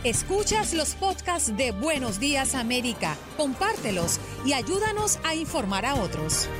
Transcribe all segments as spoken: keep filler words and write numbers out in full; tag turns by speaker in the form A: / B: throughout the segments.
A: Escuchas los podcasts de Buenos Días América, compártelos y ayúdanos a informar a otros.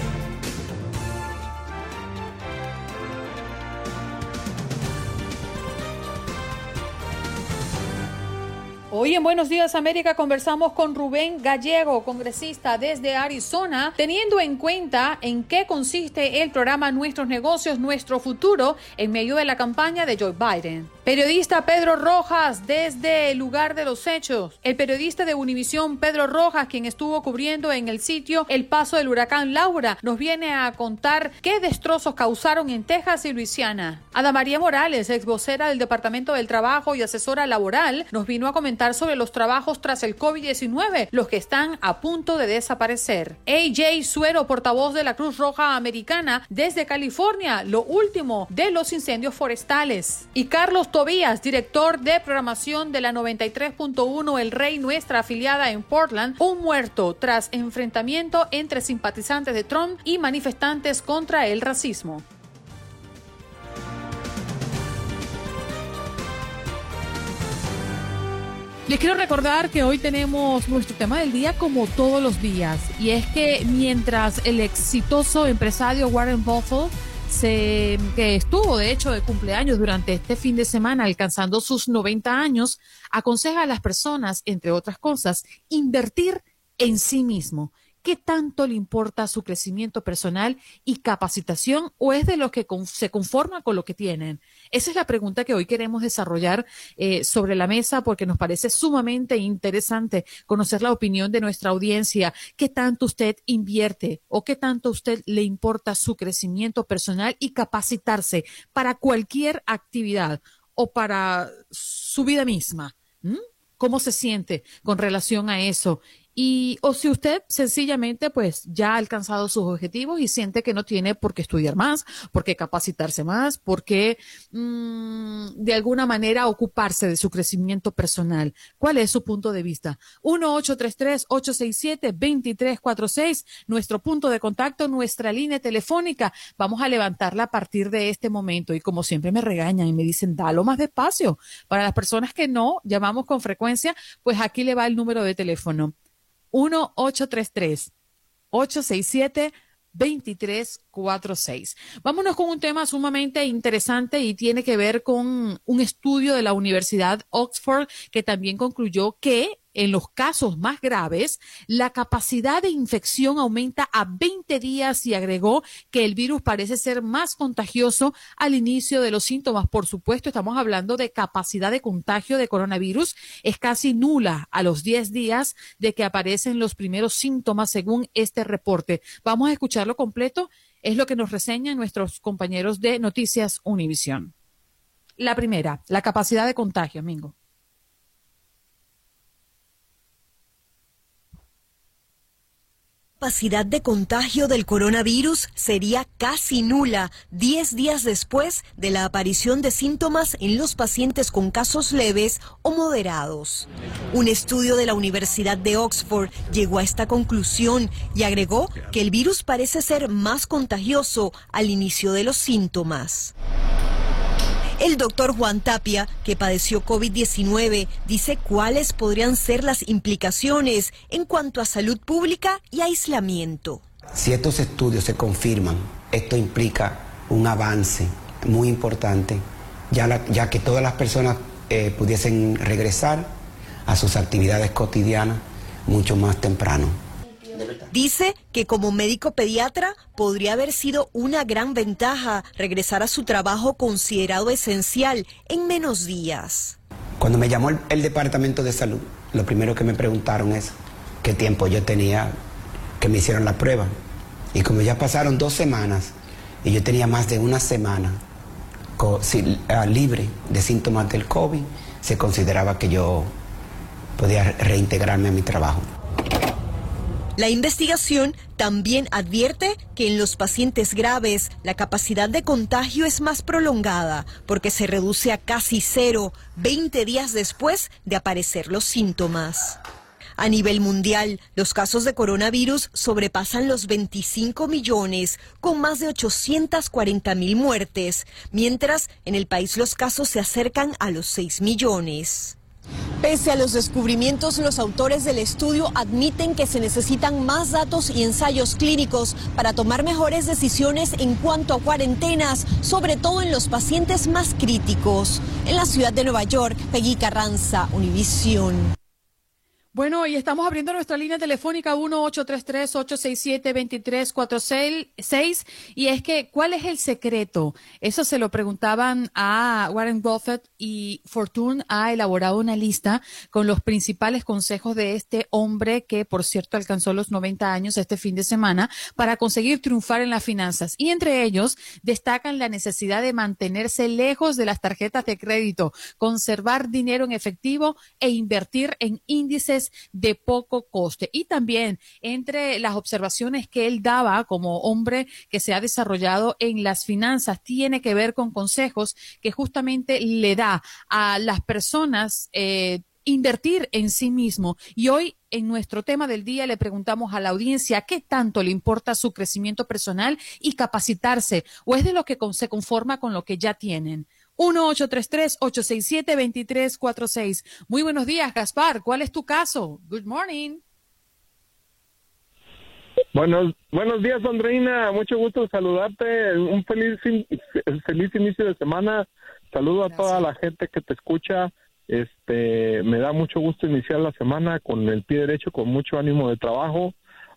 A: Hoy en Buenos Días América conversamos con Rubén Gallego, congresista desde Arizona, teniendo en cuenta en qué consiste el programa Nuestros Negocios, Nuestro Futuro en medio de la campaña de Joe Biden. Periodista Pedro Rojas desde el lugar de los hechos. El periodista de Univisión Pedro Rojas, quien estuvo cubriendo en el sitio el paso del huracán Laura, nos viene a contar qué destrozos causaron en Texas y Luisiana. Ada María Morales, ex vocera del Departamento del Trabajo y asesora laboral, nos vino a comentar sobre los trabajos tras el COVID diecinueve, los que están a punto de desaparecer. A J Suero, portavoz de la Cruz Roja Americana desde California, lo último de los incendios forestales. Y Carlos Tobías, director de programación de la noventa y tres punto uno El Rey, nuestra afiliada en Portland, un muerto tras enfrentamiento entre simpatizantes de Trump y manifestantes contra el racismo.
B: Les quiero recordar que hoy tenemos nuestro tema del día como todos los días, y es que mientras el exitoso empresario Warren Buffett, se, que estuvo de hecho de cumpleaños durante este fin de semana alcanzando sus noventa años, aconseja a las personas, entre otras cosas, invertir en sí mismo. ¿Qué tanto le importa su crecimiento personal y capacitación, o es de los que con, se conforman con lo que tienen? Esa es la pregunta que hoy queremos desarrollar eh, sobre la mesa, porque nos parece sumamente interesante conocer la opinión de nuestra audiencia. ¿Qué tanto usted invierte o qué tanto a usted le importa su crecimiento personal y capacitarse para cualquier actividad o para su vida misma? ¿Mm? ¿Cómo se siente con relación a eso? Y, o si usted sencillamente pues ya ha alcanzado sus objetivos y siente que no tiene por qué estudiar más, por qué capacitarse más, por qué mmm, de alguna manera ocuparse de su crecimiento personal. ¿Cuál es su punto de vista? uno ocho tres tres, ocho seis siete, dos tres cuatro seis, nuestro punto de contacto, nuestra línea telefónica. Vamos a levantarla a partir de este momento, y como siempre me regañan y me dicen, dalo más despacio. Para las personas que no llamamos con frecuencia, pues aquí le va el número de teléfono. uno ocho tres tres, ocho seis siete, dos tres cuatro seis. Vámonos con un tema sumamente interesante y tiene que ver con un estudio de la Universidad Oxford que también concluyó que en los casos más graves, la capacidad de infección aumenta a veinte días, y agregó que el virus parece ser más contagioso al inicio de los síntomas. Por supuesto, estamos hablando de capacidad de contagio de coronavirus. Es casi nula a los diez días de que aparecen los primeros síntomas, según este reporte. Vamos a escucharlo completo. Es lo que nos reseñan nuestros compañeros de Noticias Univisión. La primera, la capacidad de contagio, Mingo.
C: La capacidad de contagio del coronavirus sería casi nula diez días después de la aparición de síntomas en los pacientes con casos leves o moderados. Un estudio de la Universidad de Oxford llegó a esta conclusión y agregó que el virus parece ser más contagioso al inicio de los síntomas. El doctor Juan Tapia, que padeció COVID diecinueve, dice cuáles podrían ser las implicaciones en cuanto a salud pública y aislamiento.
D: Si estos estudios se confirman, esto implica un avance muy importante, ya, la, ya que todas las personas eh, pudiesen regresar a sus actividades cotidianas mucho más temprano.
C: Dice que como médico pediatra podría haber sido una gran ventaja regresar a su trabajo considerado esencial en menos días.
D: Cuando me llamó el, el Departamento de Salud, lo primero que me preguntaron es qué tiempo yo tenía que me hicieron la prueba. Y como ya pasaron dos semanas y yo tenía más de una semana co, si, uh, libre de síntomas del COVID, se consideraba que yo podía reintegrarme a mi trabajo.
C: La investigación también advierte que en los pacientes graves la capacidad de contagio es más prolongada porque se reduce a casi cero veinte días después de aparecer los síntomas. A nivel mundial, los casos de coronavirus sobrepasan los veinticinco millones, con más de ochocientas cuarenta mil muertes, mientras en el país los casos se acercan a los seis millones. Pese a los descubrimientos, los autores del estudio admiten que se necesitan más datos y ensayos clínicos para tomar mejores decisiones en cuanto a cuarentenas, sobre todo en los pacientes más críticos. En la ciudad de Nueva York, Peggy Carranza, Univisión.
B: Bueno, y estamos abriendo nuestra línea telefónica uno ocho tres tres, ocho seis siete, dos tres cuatro seis, y es que, ¿cuál es el secreto? Eso se lo preguntaban a Warren Buffett, y Fortune ha elaborado una lista con los principales consejos de este hombre que, por cierto, alcanzó los noventa años este fin de semana para conseguir triunfar en las finanzas. Y entre ellos destacan la necesidad de mantenerse lejos de las tarjetas de crédito, conservar dinero en efectivo e invertir en índices de poco coste. Y también entre las observaciones que él daba como hombre que se ha desarrollado en las finanzas tiene que ver con consejos que justamente le da a las personas eh, invertir en sí mismo. Y hoy en nuestro tema del día le preguntamos a la audiencia qué tanto le importa su crecimiento personal y capacitarse, o es de lo que se conforma con lo que ya tienen. uno ocho tres tres, ocho seis siete, dos tres cuatro seis. Muy buenos días, Gaspar. ¿Cuál es tu caso? Good morning.
E: Buenos, buenos días, Andreina. Mucho gusto saludarte. Un feliz, feliz inicio de semana. Saludo Gracias. A toda la gente que te escucha. Este, me da mucho gusto iniciar la semana con el pie derecho, con mucho ánimo de trabajo.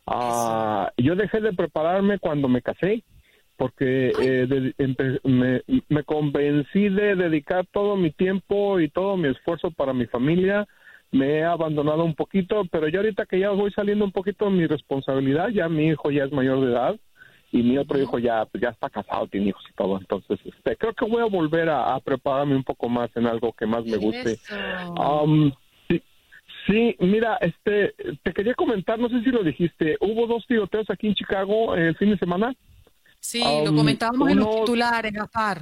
E: Uh, yo dejé de prepararme cuando me casé, porque eh, de, empe, me, me convencí de dedicar todo mi tiempo y todo mi esfuerzo para mi familia. Me he abandonado un poquito, pero ya ahorita que ya voy saliendo un poquito de mi responsabilidad, ya mi hijo ya es mayor de edad y mi otro hijo ya pues, ya está casado, tiene hijos y todo. Entonces, este, creo que voy a volver a, a prepararme un poco más en algo que más me guste. Um, sí, sí, mira, este, te quería comentar, no sé si lo dijiste, hubo dos tiroteos aquí en Chicago el fin de semana.
B: Sí, um, lo comentábamos uno, en los titulares, Gaspar.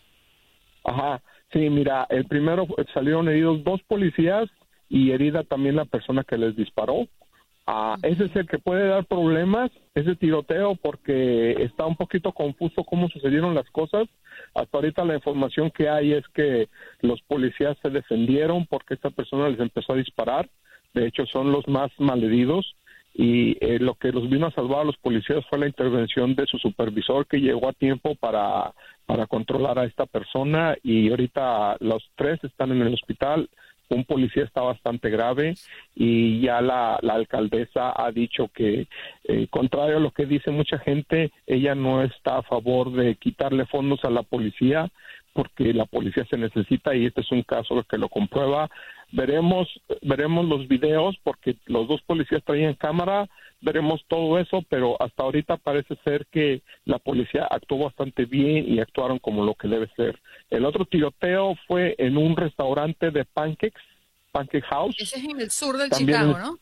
E: Ajá, sí, mira, el primero salieron heridos dos policías y herida también la persona que les disparó. Uh, uh-huh. Ese es el que puede dar problemas, ese tiroteo, porque está un poquito confuso cómo sucedieron las cosas. Hasta ahorita la información que hay es que los policías se defendieron porque esta persona les empezó a disparar. De hecho, son los más malheridos. Y eh, lo que los vino a salvar a los policías fue la intervención de su supervisor, que llegó a tiempo para, para controlar a esta persona, y ahorita los tres están en el hospital. Un policía está bastante grave y ya la, la alcaldesa ha dicho que, eh, contrario a lo que dice mucha gente, ella no está a favor de quitarle fondos a la policía, porque la policía se necesita, y este es un caso que lo comprueba. Veremos, veremos los videos, porque los dos policías traían cámara, veremos todo eso, pero hasta ahorita parece ser que la policía actuó bastante bien y actuaron como lo que debe ser. El otro tiroteo fue en un restaurante de pancakes, Pancake House.
B: Ese es en el sur del Chicago, ¿no?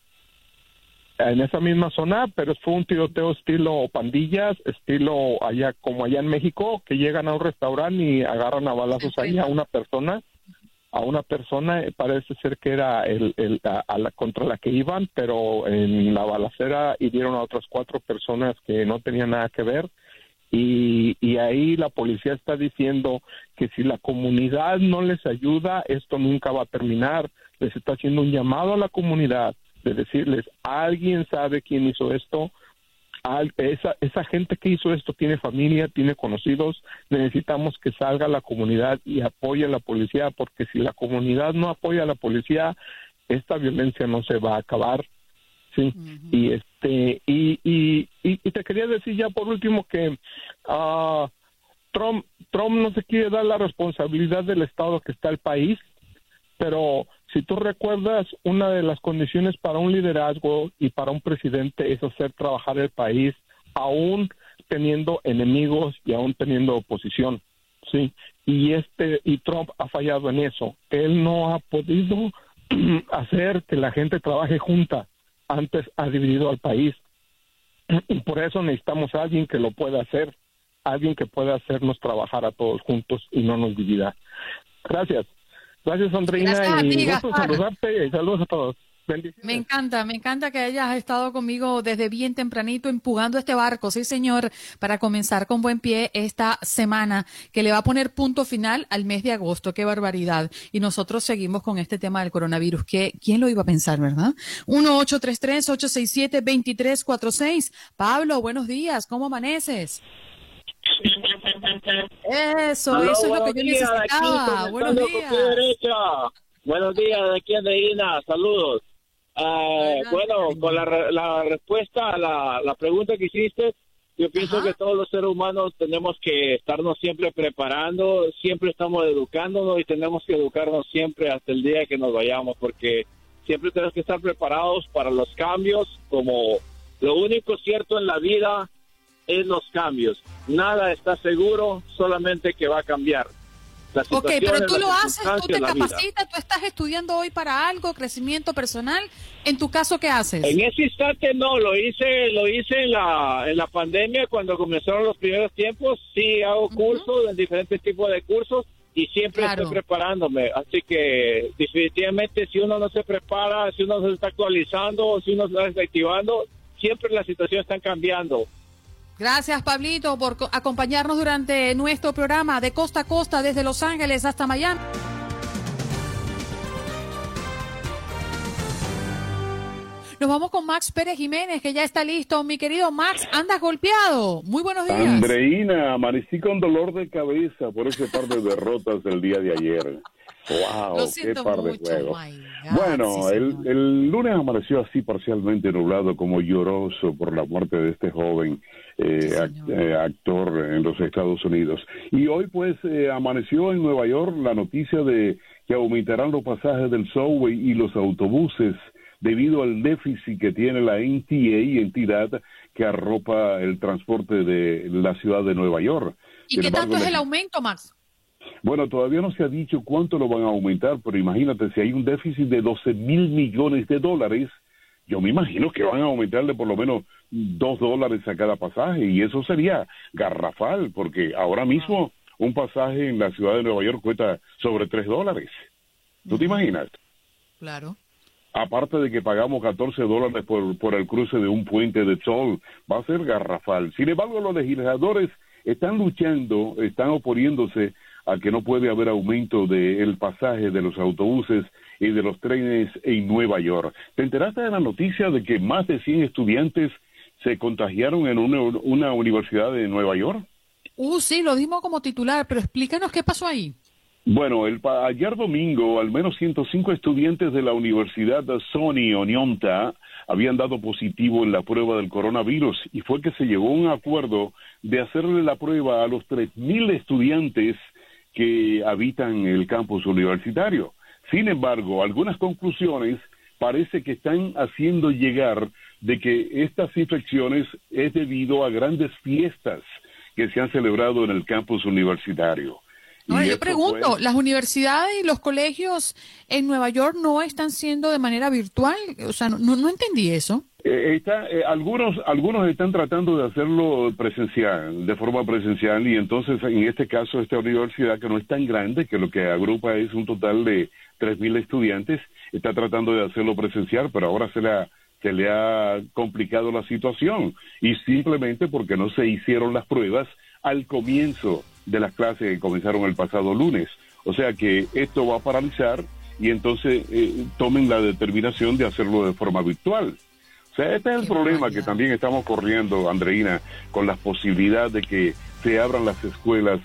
E: En esa misma zona, pero fue un tiroteo estilo pandillas, estilo allá como allá en México, que llegan a un restaurante y agarran a balazos ahí a una persona, a una persona, parece ser que era el, el a, a la, contra la que iban, pero en la balacera hirieron a otras cuatro personas que no tenían nada que ver, y, y ahí la policía está diciendo que si la comunidad no les ayuda, esto nunca va a terminar. Les está haciendo un llamado a la comunidad de decirles, alguien sabe quién hizo esto, esa, esa gente que hizo esto tiene familia, tiene conocidos, necesitamos que salga la comunidad y apoye a la policía, porque si la comunidad no apoya a la policía, esta violencia no se va a acabar, sí. Uh-huh. Y este y, y, y, y te quería decir ya por último que uh, Trump, Trump no se quiere dar la responsabilidad del estado que está el país, pero si tú recuerdas, una de las condiciones para un liderazgo y para un presidente es hacer trabajar el país, aún teniendo enemigos y aún teniendo oposición, sí. Y este y Trump ha fallado en eso. Él no ha podido hacer que la gente trabaje junta. Antes ha dividido al país. Y por eso necesitamos a alguien que lo pueda hacer, alguien que pueda hacernos trabajar a todos juntos y no nos divida. Gracias. Gracias, Andreina, Gracias y gusto saludarte y saludos a todos.
A: Me encanta, me encanta que hayas estado conmigo desde bien tempranito empujando este barco, sí señor, para comenzar con buen pie esta semana que le va a poner punto final al mes de agosto. Qué barbaridad. Y nosotros seguimos con este tema del coronavirus. ¿Qué, ¿Quién lo iba a pensar, verdad? uno ocho tres tres, ocho seis siete, dos tres cuatro seis. Pablo, buenos días. ¿Cómo amaneces? Eso,
F: Aló,
A: eso es lo que yo
F: días,
A: necesitaba.
F: Aquí,
A: buenos días.
F: Buenos días, de aquí Andreina. Saludos. Uh, bueno, con la, la respuesta a la, la pregunta que hiciste, yo pienso Ajá. que todos los seres humanos tenemos que estarnos siempre preparando, siempre estamos educándonos y tenemos que educarnos siempre hasta el día que nos vayamos, porque siempre tenemos que estar preparados para los cambios. Como lo único cierto en la vida es los cambios. Nada está seguro, solamente que va a cambiar.
A: Ok, pero tú lo haces, tú te capacitas, tú estás estudiando hoy para algo, crecimiento personal. En tu caso, ¿qué haces?
F: En ese instante no, lo hice lo hice en la en la pandemia cuando comenzaron los primeros tiempos. Sí, hago cursos, uh-huh. en diferentes tipos de cursos y siempre claro. estoy preparándome. Así que definitivamente si uno no se prepara, si uno no se está actualizando, si uno se está activando, siempre las situaciones están cambiando.
A: Gracias, Pablito, por acompañarnos durante nuestro programa de costa a costa, desde Los Ángeles hasta Miami. Nos vamos con Max Pérez Jiménez, que ya está listo. Mi querido Max, andas golpeado. Muy buenos días.
G: Andreina, amanecí con dolor de cabeza por ese par de derrotas del día de ayer. Wow, qué par de juegos. Bueno, sí, el, el lunes amaneció así parcialmente nublado, como lloroso por la muerte de este joven eh, sí, act, eh, actor en los Estados Unidos. Y hoy pues eh, amaneció en Nueva York la noticia de que aumentarán los pasajes del subway y los autobuses debido al déficit que tiene la N T A, entidad que arropa el transporte de la ciudad de Nueva York.
A: ¿Y qué tanto es el aumento, Max?
G: Bueno, todavía no se ha dicho cuánto lo van a aumentar, pero imagínate, si hay un déficit de doce mil millones de dólares, yo me imagino que van a aumentarle por lo menos dos dólares a cada pasaje, y eso sería garrafal, porque ahora mismo un pasaje en la ciudad de Nueva York cuesta sobre tres dólares. ¿Tú te imaginas?
A: Claro.
G: Aparte de que pagamos catorce dólares por, por el cruce de un puente de sol, va a ser garrafal. Sin embargo, los legisladores están luchando, están oponiéndose a que no puede haber aumento del pasaje de los autobuses y de los trenes en Nueva York. ¿Te enteraste de la noticia de que más de cien estudiantes se contagiaron en una, una universidad de Nueva York?
A: Uh, sí, lo dimos como titular, pero explícanos qué pasó ahí.
G: Bueno, el, ayer domingo, al menos ciento cinco estudiantes de la Universidad de Sony Oneonta habían dado positivo en la prueba del coronavirus, y fue que se llegó a un acuerdo de hacerle la prueba a los tres mil estudiantes que habitan el campus universitario. Sin embargo, algunas conclusiones parece que están haciendo llegar de que estas infecciones es debido a grandes fiestas que se han celebrado en el campus universitario.
A: Ahora, yo pregunto, fue... ¿las universidades y los colegios en Nueva York no están siendo de manera virtual? O sea, no, no entendí eso.
G: Eh, está, eh, algunos algunos están tratando de hacerlo presencial, de forma presencial, y entonces en este caso esta universidad, que no es tan grande, que lo que agrupa es un total de tres mil estudiantes, está tratando de hacerlo presencial, pero ahora se le ha, se le ha complicado la situación, y simplemente porque no se hicieron las pruebas al comienzo de las clases que comenzaron el pasado lunes. O sea que esto va a paralizar, y entonces eh, tomen la determinación de hacerlo de forma virtual. O sea, este es el problema que también estamos corriendo, Andreina, con la posibilidad de que se abran las escuelas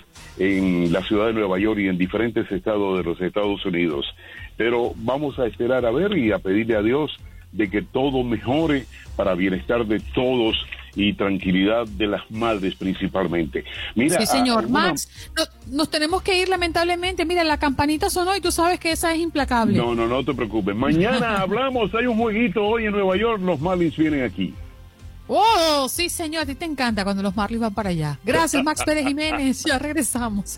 G: en la ciudad de Nueva York y en diferentes estados de los Estados Unidos. Pero vamos a esperar a ver y a pedirle a Dios de que todo mejore para bienestar de todos y tranquilidad de las madres principalmente. Mira,
A: sí, señor.
G: Alguna...
A: Max, no, nos tenemos que ir lamentablemente. Mira, la campanita sonó y tú sabes que esa es implacable.
G: No, no, no te preocupes. Mañana hablamos, hay un jueguito hoy en Nueva York, los Marlins vienen aquí.
A: Oh, sí, señor, a ti te encanta cuando los Marlins van para allá. Gracias, Max Pérez Jiménez, ya regresamos.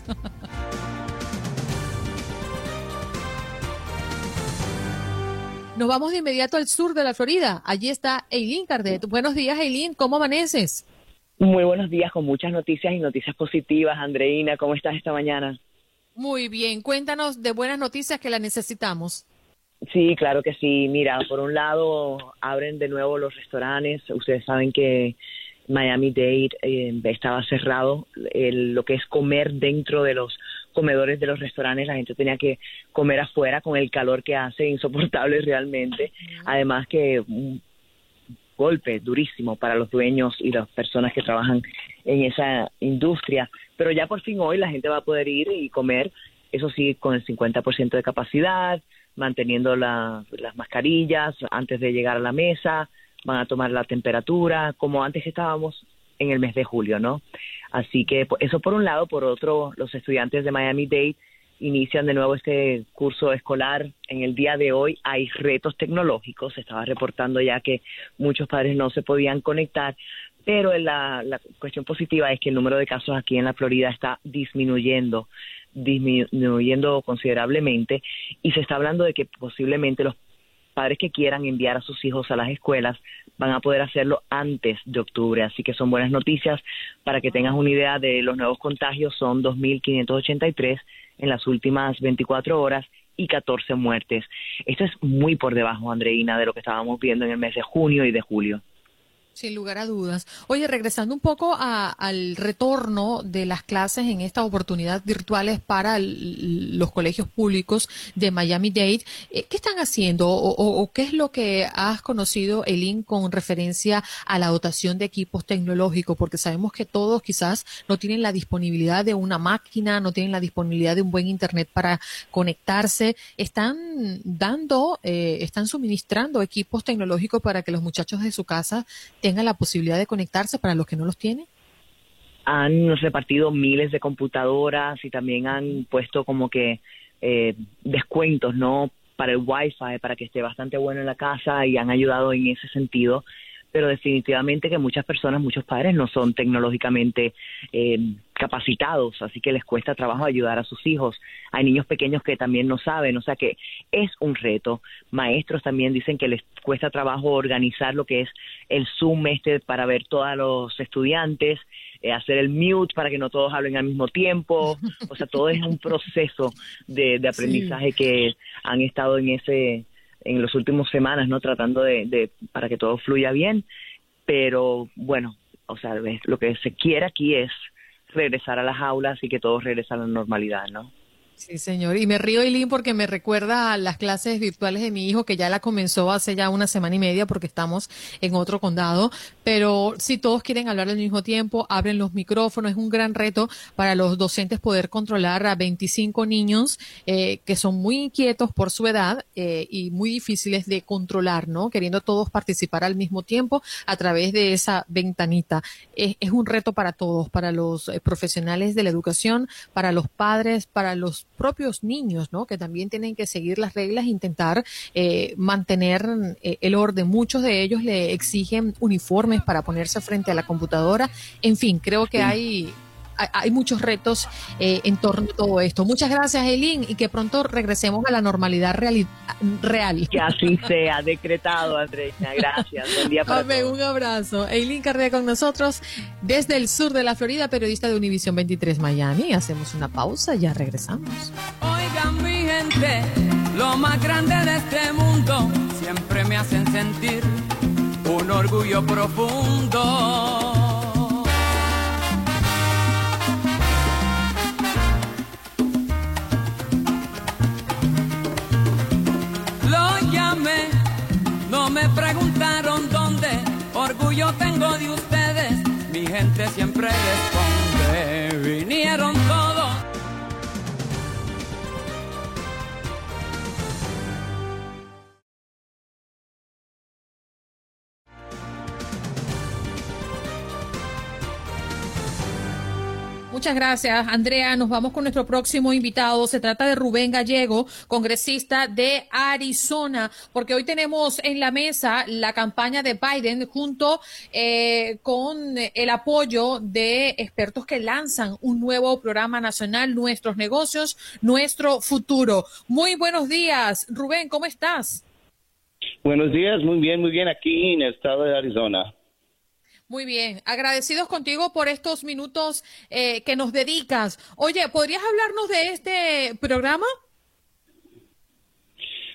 A: Nos vamos de inmediato al sur de la Florida. Allí está Eileen Cardet. Buenos días, Eileen. ¿Cómo amaneces?
H: Muy buenos días, con muchas noticias y noticias positivas. Andreina, ¿cómo estás esta mañana?
A: Muy bien. Cuéntanos de buenas noticias que las necesitamos.
H: Sí, claro que sí. Mira, por un lado, abren de nuevo los restaurantes. Ustedes saben que Miami-Dade eh, estaba cerrado. El, lo que es comer dentro de los comedores de los restaurantes, la gente tenía que comer afuera con el calor que hace, insoportable realmente. Además que un golpe durísimo para los dueños y las personas que trabajan en esa industria. Pero ya por fin hoy la gente va a poder ir y comer, eso sí, con el cincuenta por ciento de capacidad, manteniendo la, las mascarillas antes de llegar a la mesa, van a tomar la temperatura, como antes estábamos en el mes de julio, ¿no? Así que eso por un lado. Por otro, los estudiantes de Miami-Dade inician de nuevo este curso escolar. En el día de hoy hay retos tecnológicos, se estaba reportando ya que muchos padres no se podían conectar, pero la, la cuestión positiva es que el número de casos aquí en la Florida está disminuyendo, disminuyendo considerablemente, y se está hablando de que posiblemente los padres que quieran enviar a sus hijos a las escuelas van a poder hacerlo antes de octubre, así que son buenas noticias. Para que tengas una idea de los nuevos contagios, son dos mil quinientos ochenta y tres en las últimas veinticuatro horas y catorce muertes. Esto es muy por debajo, Andreina, de lo que estábamos viendo en el mes de junio y de julio.
B: Sin lugar a dudas. Oye, regresando un poco a, al retorno de las clases en esta oportunidad virtuales para el, los colegios públicos de Miami-Dade, eh, ¿qué están haciendo o, o, o qué es lo que has conocido, Eileen, con referencia a la dotación de equipos tecnológicos? Porque sabemos que todos quizás no tienen la disponibilidad de una máquina, no tienen la disponibilidad de un buen internet para conectarse. ¿Están dando, eh, están suministrando equipos tecnológicos para que los muchachos de su casa tengan la posibilidad de conectarse para los que no los tienen?
H: Han repartido miles de computadoras y también han puesto como que eh, descuentos, ¿no?, para el Wi-Fi, para que esté bastante bueno en la casa, y han ayudado en ese sentido. Pero definitivamente que muchas personas, muchos padres no son tecnológicamente eh, capacitados, así que les cuesta trabajo ayudar a sus hijos. Hay niños pequeños que también no saben, o sea que es un reto. Maestros también dicen que les cuesta trabajo organizar lo que es el Zoom este para ver todos los estudiantes, eh, hacer el mute para que no todos hablen al mismo tiempo. O sea, todo es un proceso de, de aprendizaje sí. que han estado en ese... en las últimas semanas, ¿no?, tratando de, de para que todo fluya bien, pero bueno, o sea, lo que se quiere aquí es regresar a las aulas y que todos regresen a la normalidad, ¿no?
B: Sí, señor. Y me río, Eileen, porque me recuerda a las clases virtuales de mi hijo, que ya la comenzó hace ya una semana y media porque estamos en otro condado. Pero si todos quieren hablar al mismo tiempo, abren los micrófonos. Es un gran reto para los docentes poder controlar a veinticinco niños eh, que son muy inquietos por su edad eh, y muy difíciles de controlar, ¿no? Queriendo todos participar al mismo tiempo a través de esa ventanita. Es, es un reto para todos, para los eh, profesionales de la educación, para los padres, para los propios niños, ¿no?, que también tienen que seguir las reglas e intentar eh, mantener eh, el orden. Muchos de ellos le exigen uniformes para ponerse frente a la computadora. En fin, creo que hay hay muchos retos eh, en torno a todo esto. Muchas gracias, Eileen, y que pronto regresemos a la normalidad real. real.
H: Que así sea, decretado, Andreina. Gracias. Buen día para
B: Amén, todos. Un abrazo. Eileen Cardea con nosotros desde el sur de la Florida, periodista de Univisión veintitrés Miami. Hacemos una pausa, ya regresamos.
I: Oigan, mi gente, lo más grande de este mundo siempre me hacen sentir un orgullo profundo. No me preguntaron dónde, orgullo tengo de ustedes, mi gente siempre responde, vinieron todos.
B: Muchas gracias, Andrea. Nos vamos con nuestro próximo invitado. Se trata de Rubén Gallego, congresista de Arizona, porque hoy tenemos en la mesa la campaña de Biden junto eh, con el apoyo de expertos que lanzan un nuevo programa nacional, Nuestros Negocios, Nuestro Futuro. Muy buenos días, Rubén, ¿cómo estás?
J: Buenos días, muy bien, muy bien, aquí en el estado de Arizona.
B: Muy bien, agradecidos contigo por estos minutos eh, que nos dedicas. Oye, ¿podrías hablarnos de este programa?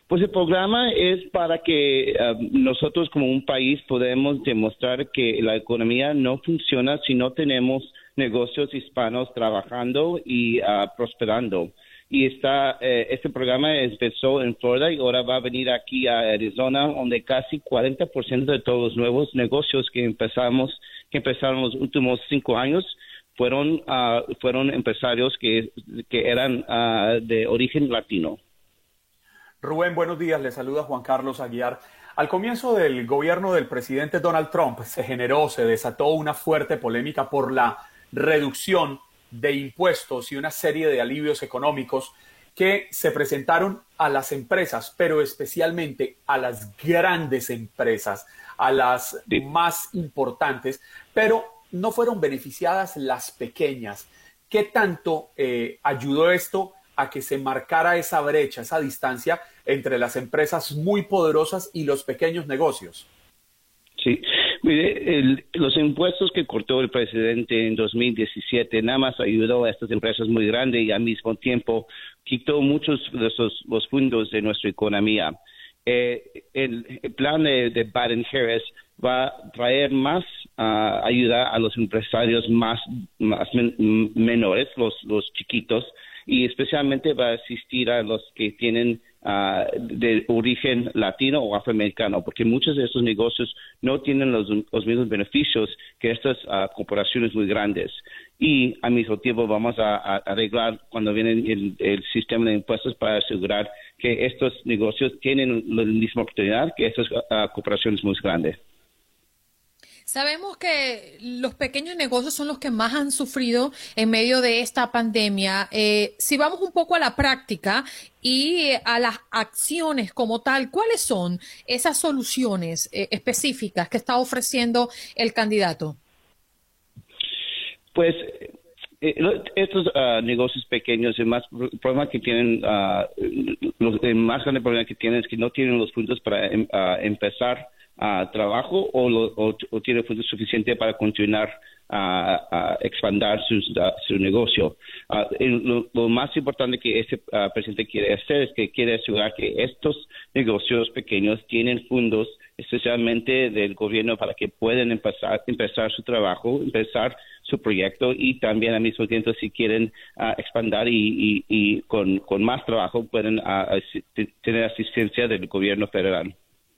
J: Pues el programa es para que uh, nosotros como un país podamos demostrar que la economía no funciona si no tenemos negocios hispanos trabajando y uh, prosperando. Y está, eh, este programa empezó en Florida y ahora va a venir aquí a Arizona, donde casi cuarenta por ciento de todos los nuevos negocios que empezamos, que empezaron los últimos cinco años, fueron, uh, fueron empresarios que, que eran uh, de origen latino.
K: Rubén, buenos días. Le saluda Juan Carlos Aguiar. Al comienzo del gobierno del presidente Donald Trump se generó, se desató una fuerte polémica por la reducción de impuestos y una serie de alivios económicos que se presentaron a las empresas, pero especialmente a las grandes empresas, a las sí. más importantes, pero no fueron beneficiadas las pequeñas. ¿Qué tanto eh, ayudó esto a que se marcara esa brecha, esa distancia entre las empresas muy poderosas y los pequeños negocios?
J: Sí, mire, el, los impuestos que cortó el presidente en dos mil diecisiete nada más ayudó a estas empresas muy grandes y al mismo tiempo quitó muchos de esos, los fondos de nuestra economía. Eh, el, el plan de, de Biden-Harris va a traer más uh, ayuda a los empresarios más, más men, menores, los, los chiquitos, y especialmente va a asistir a los que tienen uh, de origen latino o afroamericano, porque muchos de estos negocios no tienen los, los mismos beneficios que estas uh, corporaciones muy grandes. Y al mismo tiempo vamos a, a arreglar cuando viene el, el sistema de impuestos para asegurar que estos negocios tienen la misma oportunidad que estas uh, corporaciones muy grandes.
A: Sabemos que los pequeños negocios son los que más han sufrido en medio de esta pandemia. Eh, si vamos un poco a la práctica y a las acciones como tal, ¿cuáles son esas soluciones eh, específicas que está ofreciendo el candidato?
J: Pues eh, estos uh, negocios pequeños, el más el problema que tienen, uh, los, el más grande problema que tienen es que no tienen los fondos para uh, empezar Uh, trabajo o, lo, o, o tiene fondos suficientes para continuar a uh, uh, expandir sus, uh, su negocio. Uh, lo, lo más importante que este uh, presidente quiere hacer es que quiere asegurar que estos negocios pequeños tienen fondos, especialmente del gobierno, para que puedan empezar, empezar su trabajo, empezar su proyecto y también al mismo tiempo si quieren uh, expandir y, y, y con, con más trabajo pueden uh, asist- tener asistencia del gobierno federal.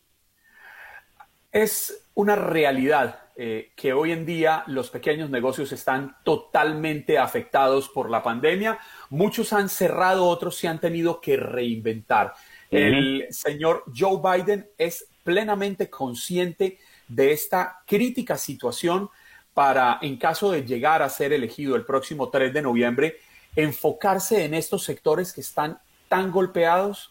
K: Es una realidad eh, que hoy en día los pequeños negocios están totalmente afectados por la pandemia. Muchos han cerrado, otros se han tenido que reinventar. Uh-huh. El señor Joe Biden es plenamente consciente de esta crítica situación para, en caso de llegar a ser elegido el próximo tres de noviembre, enfocarse en estos sectores que están tan golpeados.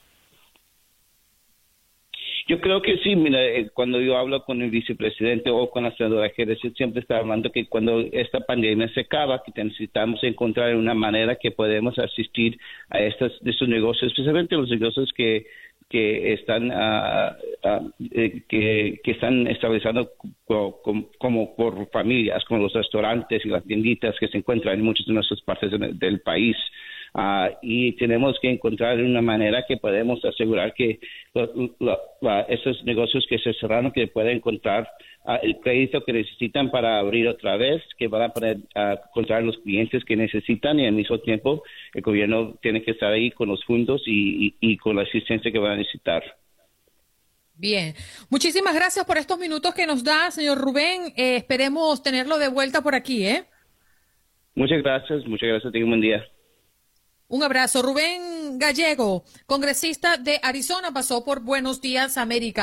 J: Yo creo que sí, mira, cuando yo hablo con el vicepresidente o con la senadora Jerez, siempre está hablando que cuando esta pandemia se acaba, que necesitamos encontrar una manera que podemos asistir a estos, estos negocios, especialmente los negocios que que están uh, uh, eh, que, que están estableciendo como, como por familias, como los restaurantes y las tienditas que se encuentran en muchas de nuestras partes de, del país. Uh, y tenemos que encontrar una manera que podemos asegurar que lo, lo, uh, esos negocios que se cerraron, que pueden encontrar uh, el crédito que necesitan para abrir otra vez, que van a poder uh, encontrar los clientes que necesitan y al mismo tiempo el gobierno tiene que estar ahí con los fondos y, y, y con la asistencia que van a necesitar.
A: Bien, muchísimas gracias por estos minutos que nos da, señor Rubén. Eh, esperemos tenerlo de vuelta por aquí, ¿eh?
J: Muchas gracias, muchas gracias. Tenga un buen día.
A: Un abrazo. Rubén Gallego, congresista de Arizona, pasó por Buenos Días, América.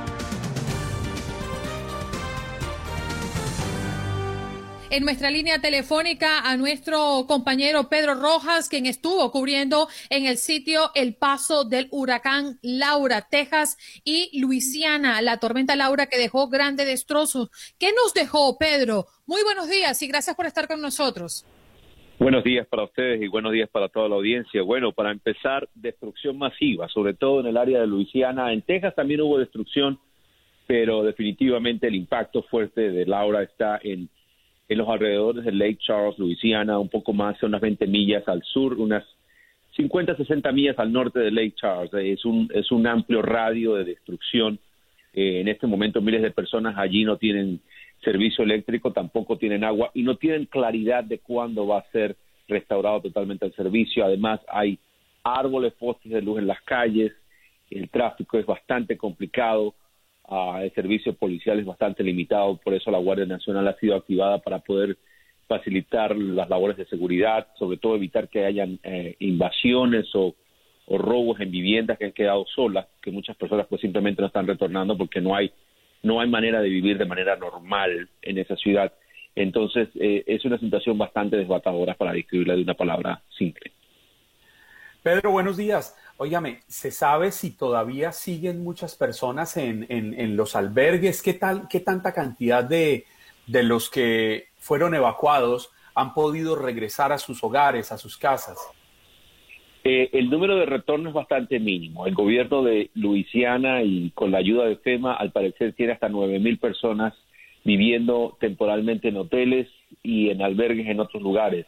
A: En nuestra línea telefónica a nuestro compañero Pedro Rojas, quien estuvo cubriendo en el sitio el paso del huracán Laura, Texas y Luisiana, la tormenta Laura que dejó grandes destrozos. ¿Qué nos dejó, Pedro? Muy buenos días y gracias por estar con nosotros.
L: Buenos días para ustedes y buenos días para toda la audiencia. Bueno, para empezar, destrucción masiva, sobre todo en el área de Luisiana. En Texas también hubo destrucción, pero definitivamente el impacto fuerte de Laura está en, en los alrededores de Lake Charles, Luisiana, un poco más, unas veinte millas al sur, unas cincuenta, sesenta millas al norte de Lake Charles. Es un, es un amplio radio de destrucción. Eh, en este momento miles de personas allí no tienen servicio eléctrico, tampoco tienen agua y no tienen claridad de cuándo va a ser restaurado totalmente el servicio. Además, hay árboles, postes de luz en las calles, el tráfico es bastante complicado, uh, el servicio policial es bastante limitado, por eso la Guardia Nacional ha sido activada para poder facilitar las labores de seguridad, sobre todo evitar que hayan eh, invasiones o, o robos en viviendas que han quedado solas, que muchas personas pues simplemente no están retornando porque no hay no hay manera de vivir de manera normal en esa ciudad. Entonces eh, es una situación bastante desbatadora para describirla de una palabra simple.
K: Pedro, buenos días. Óigame, ¿se sabe si todavía siguen muchas personas en, en, en los albergues? ¿Qué tal, qué tanta cantidad de, de los que fueron evacuados han podido regresar a sus hogares, a sus casas?
L: Eh, el número de retorno es bastante mínimo. El gobierno de Luisiana y con la ayuda de FEMA, al parecer, tiene hasta nueve mil personas viviendo temporalmente en hoteles y en albergues en otros lugares.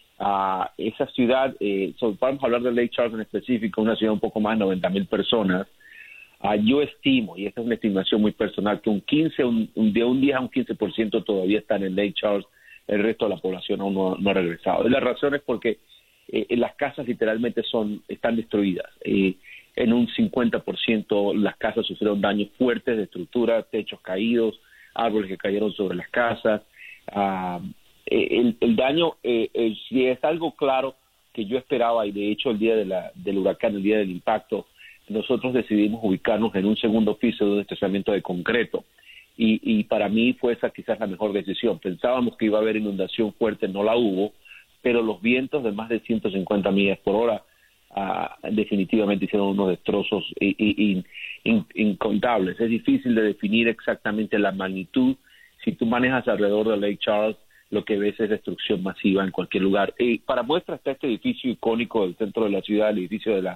L: Uh, esa ciudad, eh, so, vamos a hablar de Lake Charles en específico, una ciudad un poco más de noventa mil personas. Uh, yo estimo, y esta es una estimación muy personal, que un quince, un, un, de un diez a un quince por ciento todavía están en Lake Charles, el resto de la población aún no, no ha regresado. Y la razón es porque Eh, las casas literalmente son están destruidas. Eh, en un cincuenta por ciento las casas sufrieron daños fuertes de estructura, techos caídos, árboles que cayeron sobre las casas. Uh, el, el daño, eh, eh, si es algo claro que yo esperaba, y de hecho el día de la, del huracán, el día del impacto, nosotros decidimos ubicarnos en un segundo piso de un estacionamiento de concreto. Y, y para mí fue esa quizás la mejor decisión. Pensábamos que iba a haber inundación fuerte, no la hubo, pero los vientos de más de ciento cincuenta millas por hora uh, definitivamente hicieron unos destrozos in, in, in, incontables. Es difícil de definir exactamente la magnitud. Si tú manejas alrededor de Lake Charles, lo que ves es destrucción masiva en cualquier lugar. Y para muestra está este edificio icónico del centro de la ciudad, el edificio de la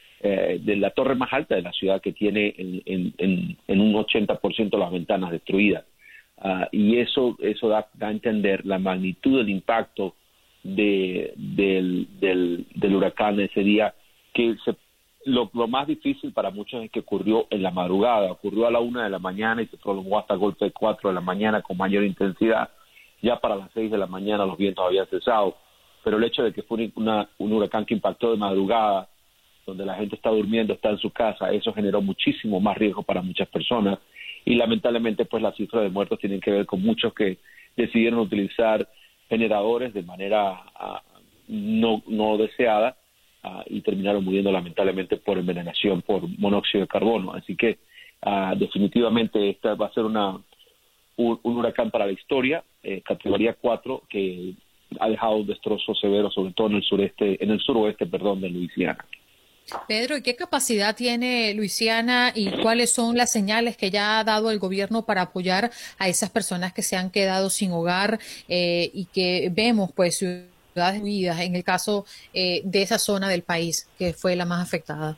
L: eh, de la torre más alta de la ciudad, que tiene en, en, en, en un ochenta por ciento las ventanas destruidas. Uh, y eso, eso da, da a entender la magnitud del impacto De, del, del, del huracán ese día, que se, lo, lo más difícil para muchos es que ocurrió en la madrugada, ocurrió a la una de la mañana y se prolongó hasta golpe de cuatro de la mañana con mayor intensidad. Ya para las seis de la mañana los vientos habían cesado, pero el hecho de que fue una, un huracán que impactó de madrugada, donde la gente está durmiendo, está en su casa, eso generó muchísimo más riesgo para muchas personas, y lamentablemente pues las cifras de muertos tienen que ver con muchos que decidieron utilizar generadores de manera uh, no, no deseada uh, y terminaron muriendo lamentablemente por envenenación por monóxido de carbono. Así que uh, definitivamente esta va a ser una un, un huracán para la historia, eh, categoría cuatro, que ha dejado un destrozo severo, sobre todo en el sureste, en el suroeste, perdón, de Luisiana.
A: Pedro, ¿y qué capacidad tiene Luisiana y cuáles son las señales que ya ha dado el gobierno para apoyar a esas personas que se han quedado sin hogar eh, y que vemos pues ciudades destruidas en el caso eh, de esa zona del país que fue la más afectada?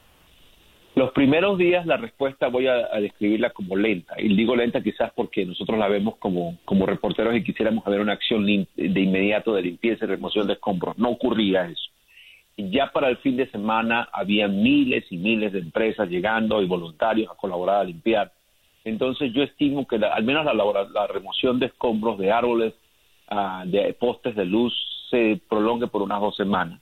L: Los primeros días la respuesta voy a, a describirla como lenta, y digo lenta quizás porque nosotros la vemos como, como reporteros y quisiéramos ver una acción de inmediato de limpieza y remoción de escombros. No ocurría eso. Ya para el fin de semana había miles y miles de empresas llegando y voluntarios a colaborar a limpiar. Entonces yo estimo que la, al menos la, la, la remoción de escombros, de árboles, uh, de postes de luz se prolongue por unas dos semanas.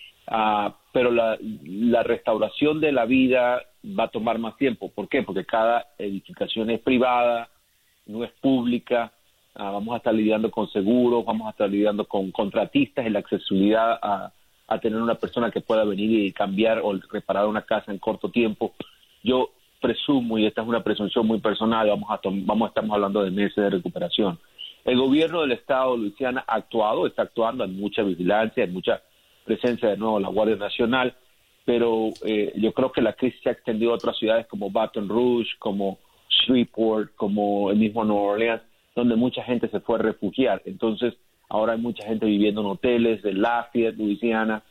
L: Uh, pero la, la restauración de la vida va a tomar más tiempo. ¿Por qué? Porque cada edificación es privada, no es pública. Uh, vamos a estar lidiando con seguros, vamos a estar lidiando con contratistas en la accesibilidad a a tener una persona que pueda venir y cambiar o reparar una casa en corto tiempo. Yo presumo, y esta es una presunción muy personal, vamos a vamos estamos hablando de meses de recuperación. El gobierno del estado de Luisiana ha actuado, está actuando, hay mucha vigilancia, hay mucha presencia de nuevo de la Guardia Nacional, pero eh, yo creo que la crisis se ha extendido a otras ciudades como Baton Rouge, como Shreveport, como el mismo Nueva Orleans, donde mucha gente se fue a refugiar. Entonces, ahora hay mucha gente viviendo en hoteles de Lafayette, Luisiana,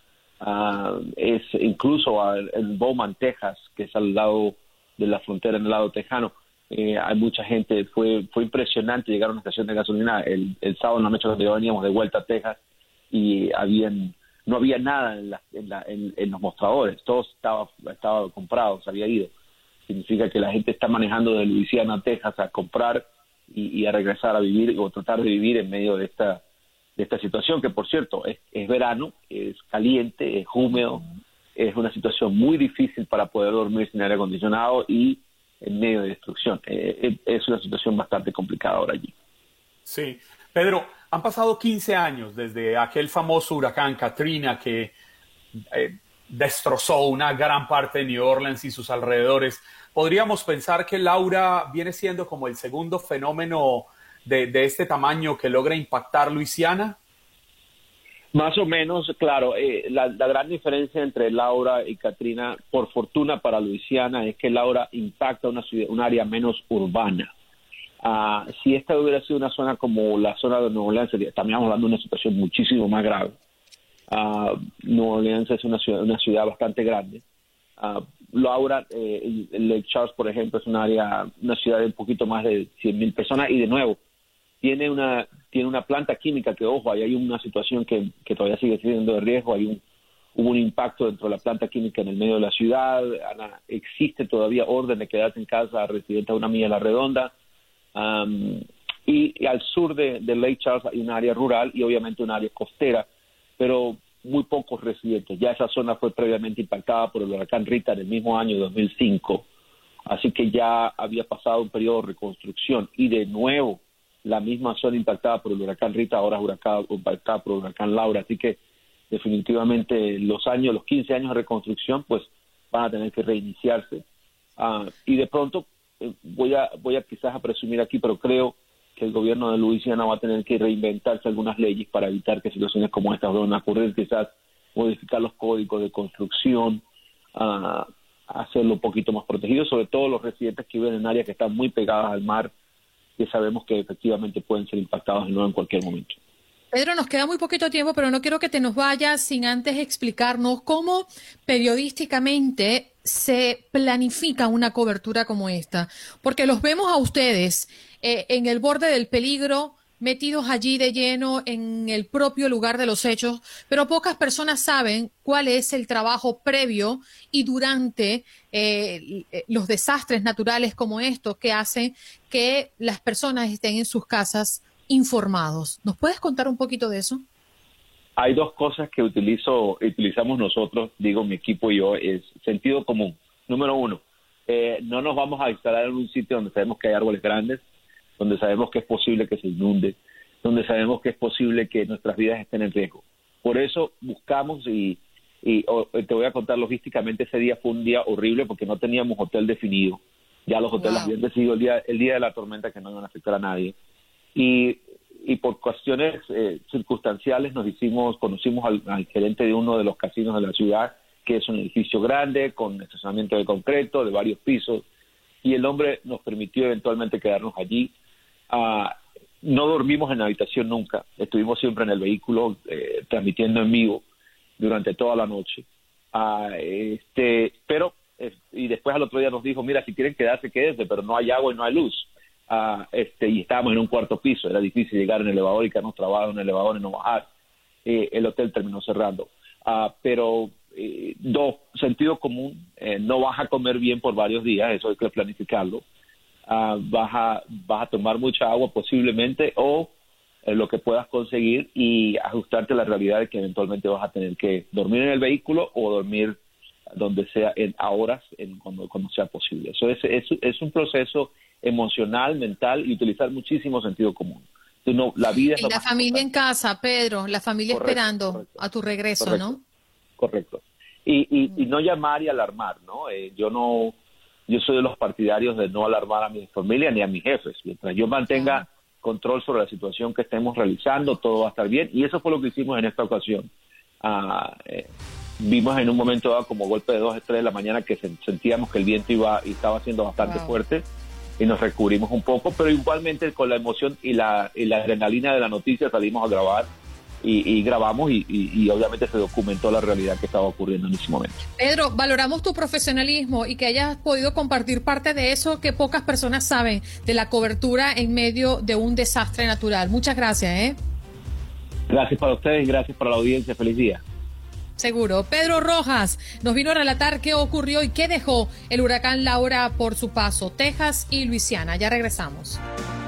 L: uh, es incluso en Beaumont, Texas, que es al lado de la frontera, en el lado tejano. Eh, hay mucha gente, fue fue impresionante llegar a una estación de gasolina el, el sábado en la noche cuando ya veníamos de vuelta a Texas y habían no había nada en, la, en, la, en, en los mostradores, todo estaba, estaba comprado, se había ido. Significa que la gente está manejando de Luisiana a Texas a comprar y, y a regresar a vivir o tratar de vivir en medio de esta de esta situación, que por cierto es, es verano, es caliente, es húmedo, es una situación muy difícil para poder dormir sin aire acondicionado y en medio de destrucción. Eh, es una situación bastante complicada ahora allí.
K: Sí. Pedro, han pasado quince años desde aquel famoso huracán Katrina que eh, destrozó una gran parte de New Orleans y sus alrededores. ¿Podríamos pensar que Laura viene siendo como el segundo fenómeno de, de este tamaño que logra impactar Luisiana?
L: Más o menos, claro. Eh, la, la gran diferencia entre Laura y Katrina, por fortuna para Luisiana, es que Laura impacta una ciudad, un área menos urbana. Uh, si esta hubiera sido una zona como la zona de Nueva Orleans, estaríamos hablando de una situación muchísimo más grave. Uh, Nueva Orleans es una ciudad, una ciudad bastante grande. Uh, Laura, eh, Lake Charles, por ejemplo, es un área, una ciudad de un poquito más de cien mil personas y de nuevo, tiene una tiene una planta química que, ojo, ahí hay una situación que, que todavía sigue siendo de riesgo, hay un hubo un impacto dentro de la planta química en el medio de la ciudad, Ana, existe todavía orden de quedarse en casa a residentes a una milla a la redonda. Um, y, y al sur de, de Lake Charles hay un área rural y obviamente un área costera, pero muy pocos residentes. Ya esa zona fue previamente impactada por el huracán Rita en el mismo año dos mil cinco, así que ya había pasado un periodo de reconstrucción y de nuevo la misma zona impactada por el huracán Rita ahora es huracán, impactada por el huracán Laura, así que definitivamente los años, los quince años de reconstrucción pues van a tener que reiniciarse. Uh, y de pronto voy a voy a quizás a presumir aquí, pero creo que el gobierno de Luisiana va a tener que reinventarse algunas leyes para evitar que situaciones como estas vuelvan a ocurrir, quizás modificar los códigos de construcción, uh, hacerlo un poquito más protegido, sobre todo los residentes que viven en áreas que están muy pegadas al mar, que sabemos que efectivamente pueden ser impactados de nuevo en cualquier momento.
A: Pedro, nos queda muy poquito tiempo, pero no quiero que te nos vayas sin antes explicarnos cómo periodísticamente se planifica una cobertura como esta. Porque los vemos a ustedes eh, en el borde del peligro, metidos allí de lleno en el propio lugar de los hechos, pero pocas personas saben cuál es el trabajo previo y durante eh, los desastres naturales como estos que hacen que las personas estén en sus casas informados. ¿Nos puedes contar un poquito de eso?
L: Hay dos cosas que utilizo, utilizamos nosotros, digo mi equipo y yo, es sentido común. Número uno, eh, no nos vamos a instalar en un sitio donde sabemos que hay árboles grandes, donde sabemos que es posible que se inunde, donde sabemos que es posible que nuestras vidas estén en riesgo. Por eso buscamos y, y oh, te voy a contar logísticamente, ese día fue un día horrible porque no teníamos hotel definido. Ya los hoteles wow. habían decidido el día, el día de la tormenta que no iban a afectar a nadie. Y, y por cuestiones eh, circunstanciales nos hicimos, conocimos al, al gerente de uno de los casinos de la ciudad, que es un edificio grande con estacionamiento de concreto de varios pisos, y el hombre nos permitió eventualmente quedarnos allí. Uh, no dormimos en la habitación nunca, estuvimos siempre en el vehículo eh, transmitiendo en vivo durante toda la noche. Uh, este, pero eh, y después al otro día nos dijo, mira, si quieren quedarse, quédense, pero no hay agua y no hay luz. Uh, este, y estábamos en un cuarto piso, era difícil llegar en el elevador y quedarnos trabados en el elevador y no bajar. Eh, el hotel terminó cerrando. Uh, pero, eh, dos, sentido común, eh, no vas a comer bien por varios días, eso hay que planificarlo. Uh, vas, a, vas a tomar mucha agua posiblemente o eh, lo que puedas conseguir y ajustarte a la realidad de que eventualmente vas a tener que dormir en el vehículo o dormir donde sea en, a horas en, cuando, cuando sea posible. Eso es, es, es un proceso emocional, mental y utilizar muchísimo sentido común. Entonces, no, la vida es
A: y la familia en casa, Pedro, la familia correcto, esperando correcto, a tu regreso,
L: correcto,
A: ¿no?
L: Correcto. Y, y, y no llamar y alarmar, ¿no? Eh, yo no, yo soy de los partidarios de no alarmar a mi familia ni a mis jefes. Mientras yo mantenga uh-huh. control sobre la situación que estemos realizando, todo va a estar bien. Y eso fue lo que hicimos en esta ocasión. Uh, eh, vimos en un momento dado como golpe de dos a tres de la mañana que se, sentíamos que el viento iba y estaba siendo bastante wow. fuerte y nos recubrimos un poco, pero igualmente con la emoción y la, y la adrenalina de la noticia salimos a grabar y, y grabamos y, y, y obviamente se documentó la realidad que estaba ocurriendo en ese momento.
A: Pedro, valoramos tu profesionalismo y que hayas podido compartir parte de eso que pocas personas saben de la cobertura en medio de un desastre natural. Muchas gracias, ¿eh?
L: Gracias para ustedes, gracias para la audiencia, feliz día.
A: Seguro. Pedro Rojas nos vino a relatar qué ocurrió y qué dejó el huracán Laura por su paso, Texas y Luisiana. Ya regresamos.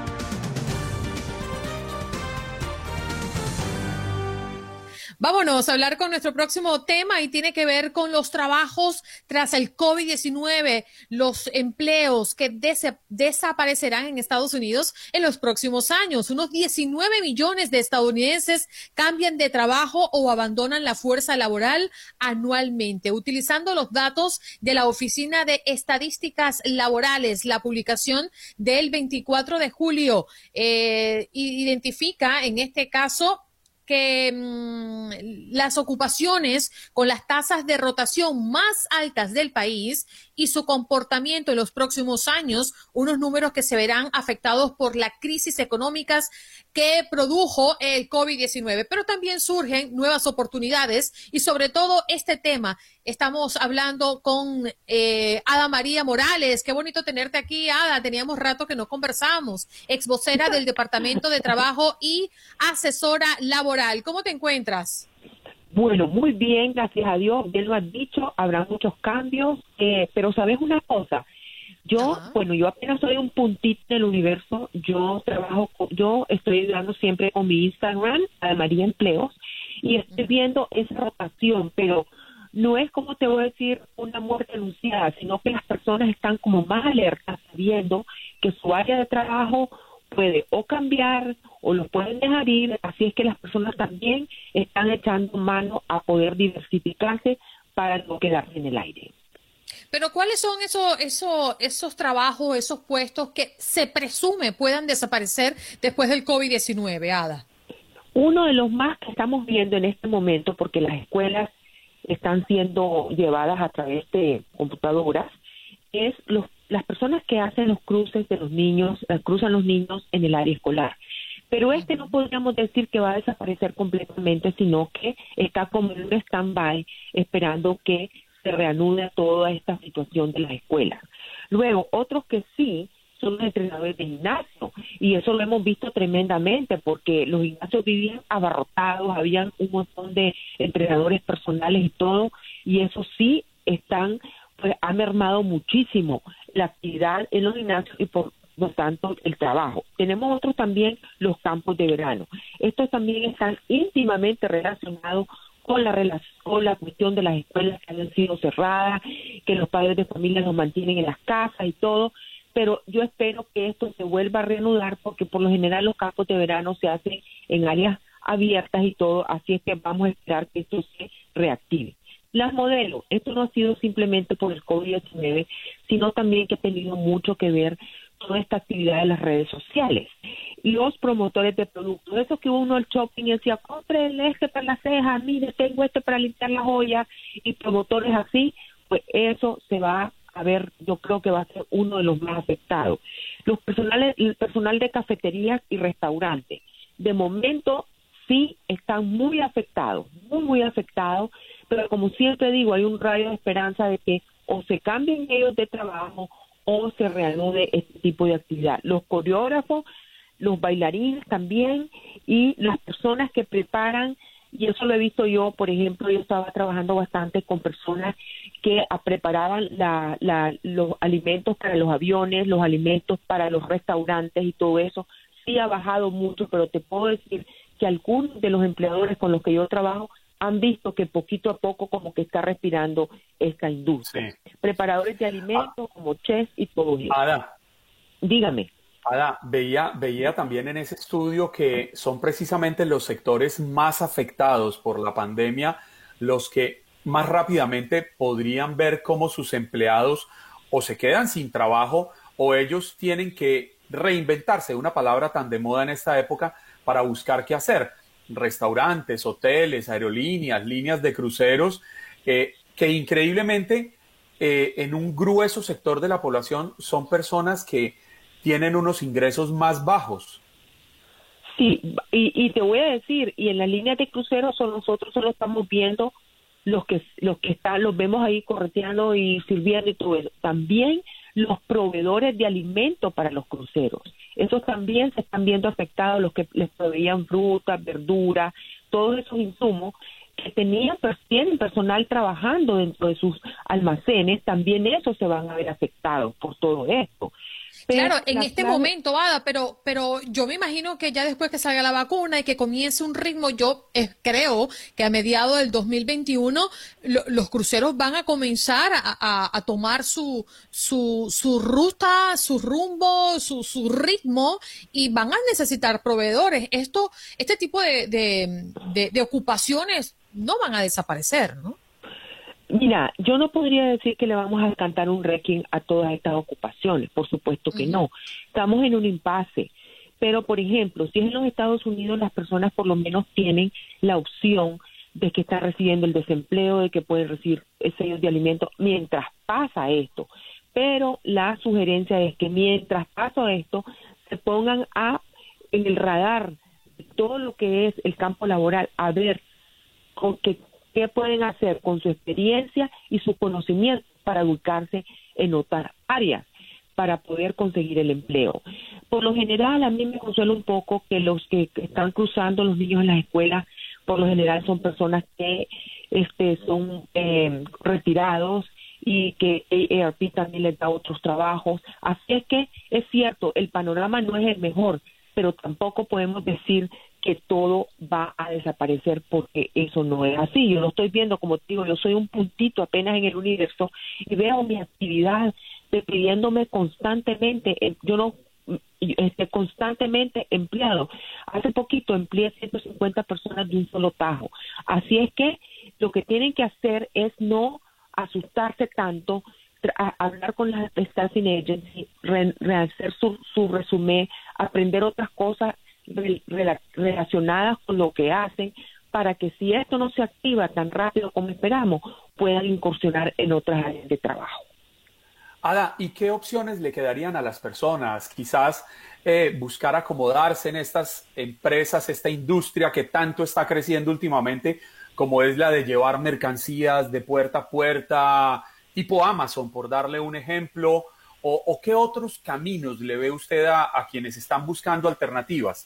A: Vámonos a hablar con nuestro próximo tema y tiene que ver con los trabajos tras el COVID diecinueve, los empleos que des- desaparecerán en Estados Unidos en los próximos años. Unos diecinueve millones de estadounidenses cambian de trabajo o abandonan la fuerza laboral anualmente. Utilizando los datos de la Oficina de Estadísticas Laborales, la publicación del veinticuatro de julio eh, identifica en este caso que mmm, las ocupaciones con las tasas de rotación más altas del país y su comportamiento en los próximos años, unos números que se verán afectados por la crisis económica que produjo el COVID diecinueve, pero también surgen nuevas oportunidades y sobre todo este tema. Estamos hablando con eh, Ada María Morales. Qué bonito tenerte aquí, Ada. Teníamos rato que no conversamos. Ex vocera del Departamento de Trabajo y asesora laboral. ¿Cómo te encuentras?
M: Bueno, muy bien, gracias a Dios. Bien lo has dicho, habrá muchos cambios, eh, pero ¿sabes una cosa? Yo, Ajá. bueno, yo apenas soy un puntito del universo. Yo trabajo, con, yo estoy ayudando siempre con mi Instagram, Ada María Empleos, y estoy viendo esa rotación, pero no es, como te voy a decir, una muerte anunciada, sino que las personas están como más alertas, sabiendo que su área de trabajo puede o cambiar o los pueden dejar ir. Así es que las personas también están echando mano a poder diversificarse para no quedarse en el aire.
A: Pero ¿cuáles son esos, esos, esos trabajos, esos puestos que se presume puedan desaparecer después del COVID diecinueve, Ada?
M: Uno de los más que estamos viendo en este momento, porque las escuelas están siendo llevadas a través de computadoras, es los, las personas que hacen los cruces de los niños, eh, cruzan los niños en el área escolar. Pero este no podríamos decir que va a desaparecer completamente, sino que está como en un stand-by, esperando que se reanude toda esta situación de las escuelas. Luego, otros que sí son los entrenadores de gimnasio, y eso lo hemos visto tremendamente, porque los gimnasios vivían abarrotados, habían un montón de entrenadores personales y todo, y eso sí están, pues ha mermado muchísimo la actividad en los gimnasios y por lo tanto el trabajo. Tenemos otros también, los campos de verano. Estos también están íntimamente relacionados con la relación, con la cuestión de las escuelas que han sido cerradas, que los padres de familia los mantienen en las casas y todo, pero yo espero que esto se vuelva a reanudar, porque por lo general los campos de verano se hacen en áreas abiertas y todo, así es que vamos a esperar que esto se reactive. Las modelos, esto no ha sido simplemente por el COVID diecinueve, sino también que ha tenido mucho que ver toda esta actividad de las redes sociales. Los promotores de productos, eso que uno al shopping y decía, compre este para las cejas, mire, tengo este para limpiar las joyas, y promotores así, pues eso se va a ver, yo creo que va a ser uno de los más afectados. Los personales, el personal de cafeterías y restaurantes, de momento sí están muy afectados, muy, muy afectados, pero como siempre digo, hay un rayo de esperanza de que o se cambien ellos de trabajo o se reanude este tipo de actividad. Los coreógrafos, los bailarines también, y las personas que preparan, y eso lo he visto yo, por ejemplo, yo estaba trabajando bastante con personas que preparaban la, la, los alimentos para los aviones, los alimentos para los restaurantes y todo eso. Sí ha bajado mucho, pero te puedo decir que algunos de los empleadores con los que yo trabajo han visto que poquito a poco como que está respirando esta industria. Sí. Preparadores de alimentos ah, como chefs y todo eso.
K: Ada,
M: dígame.
K: Ada, veía, veía también en ese estudio que son precisamente los sectores más afectados por la pandemia los que más rápidamente podrían ver cómo sus empleados o se quedan sin trabajo o ellos tienen que reinventarse, una palabra tan de moda en esta época, para buscar qué hacer. Restaurantes, hoteles, aerolíneas, líneas de cruceros, eh, que increíblemente eh, en un grueso sector de la población son personas que tienen unos ingresos más bajos.
M: Sí, y, y te voy a decir, y en las líneas de cruceros son nosotros solo estamos viendo los que los que están, los vemos ahí correteando y sirviendo y todo eso. También los proveedores de alimentos para los cruceros, esos también se están viendo afectados, los que les proveían frutas, verduras, todos esos insumos que tenían, pues, tienen personal trabajando dentro de sus almacenes, también esos se van a ver afectados por todo esto. Pero
A: claro, en este
M: clave...
A: momento, Ada, pero, pero yo me imagino que ya después que salga la vacuna y que comience un ritmo, yo eh, creo que a mediados del dos mil veintiuno lo, los cruceros van a comenzar a, a, a tomar su, su, su ruta, su rumbo, su, su ritmo y van a necesitar proveedores. Esto, este tipo de, de, de, de ocupaciones no van a desaparecer, ¿no?
M: Mira, yo no podría decir que le vamos a cantar un requiem a todas estas ocupaciones, por supuesto que uh-huh. no. Estamos en un impasse, pero por ejemplo, si es en los Estados Unidos, las personas por lo menos tienen la opción de que están recibiendo el desempleo, de que pueden recibir sellos de alimentos mientras pasa esto. Pero la sugerencia es que mientras pasa esto, se pongan a en el radar todo lo que es el campo laboral, a ver con qué qué pueden hacer con su experiencia y su conocimiento para educarse en otras áreas, para poder conseguir el empleo. Por lo general, a mí me consuela un poco que los que están cruzando los niños en las escuelas, por lo general son personas que este, son eh, retirados y que A A R P también les da otros trabajos. Así es que es cierto, el panorama no es el mejor, pero tampoco podemos decir que todo va a desaparecer porque eso no es así. Yo lo estoy viendo, como te digo, yo soy un puntito apenas en el universo y veo mi actividad pidiéndome constantemente, yo no, este, constantemente empleado. Hace poquito empleé ciento cincuenta personas de un solo tajo. Así es que lo que tienen que hacer es no asustarse tanto, a hablar con las staffing agencies, re, rehacer su, su resumen, aprender otras cosas re, re, relacionadas con lo que hacen, para que si esto no se activa tan rápido como esperamos, puedan incursionar en otras áreas de trabajo.
K: Ada, ¿y qué opciones le quedarían a las personas? Quizás eh, buscar acomodarse en estas empresas, esta industria que tanto está creciendo últimamente, como es la de llevar mercancías de puerta a puerta, tipo Amazon, por darle un ejemplo, o, o qué otros caminos le ve usted a, a quienes están buscando alternativas.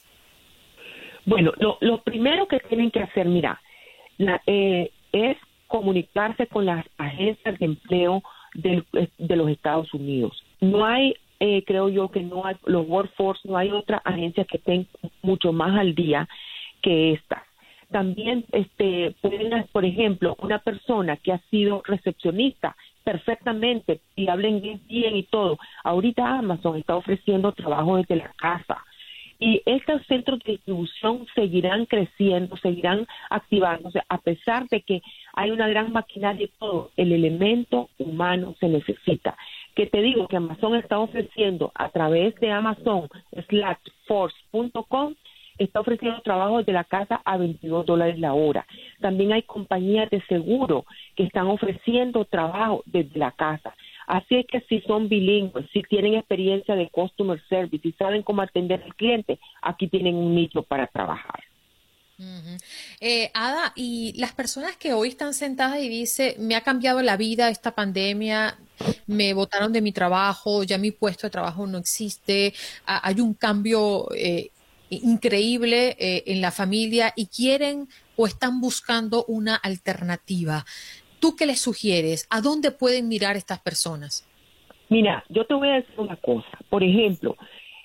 M: Bueno, lo, lo primero que tienen que hacer, mira, la, eh, es comunicarse con las agencias de empleo de, de los Estados Unidos. No hay, eh, creo yo que no hay, los Workforce, no hay otra agencia que estén mucho más al día que estas. También este, pueden, por ejemplo, una persona que ha sido recepcionista perfectamente y habla inglés bien y todo. Ahorita Amazon está ofreciendo trabajo desde la casa. Y estos centros de distribución seguirán creciendo, seguirán activándose, a pesar de que hay una gran maquinaria y todo. El elemento humano se necesita. Que te digo que Amazon está ofreciendo a través de Amazon slash force punto com, está ofreciendo trabajo desde la casa a veintidós dólares la hora. También hay compañías de seguro que están ofreciendo trabajo desde la casa. Así es que si son bilingües, si tienen experiencia de customer service, si saben cómo atender al cliente, aquí tienen un nicho para trabajar.
A: Uh-huh. eh, Ada, y las personas que hoy están sentadas y dicen, me ha cambiado la vida esta pandemia, me botaron de mi trabajo, ya mi puesto de trabajo no existe, a- hay un cambio eh, increíble eh, en la familia y quieren o están buscando una alternativa. ¿Tú qué les sugieres? ¿A dónde pueden mirar estas personas?
M: Mira, yo te voy a decir una cosa. Por ejemplo,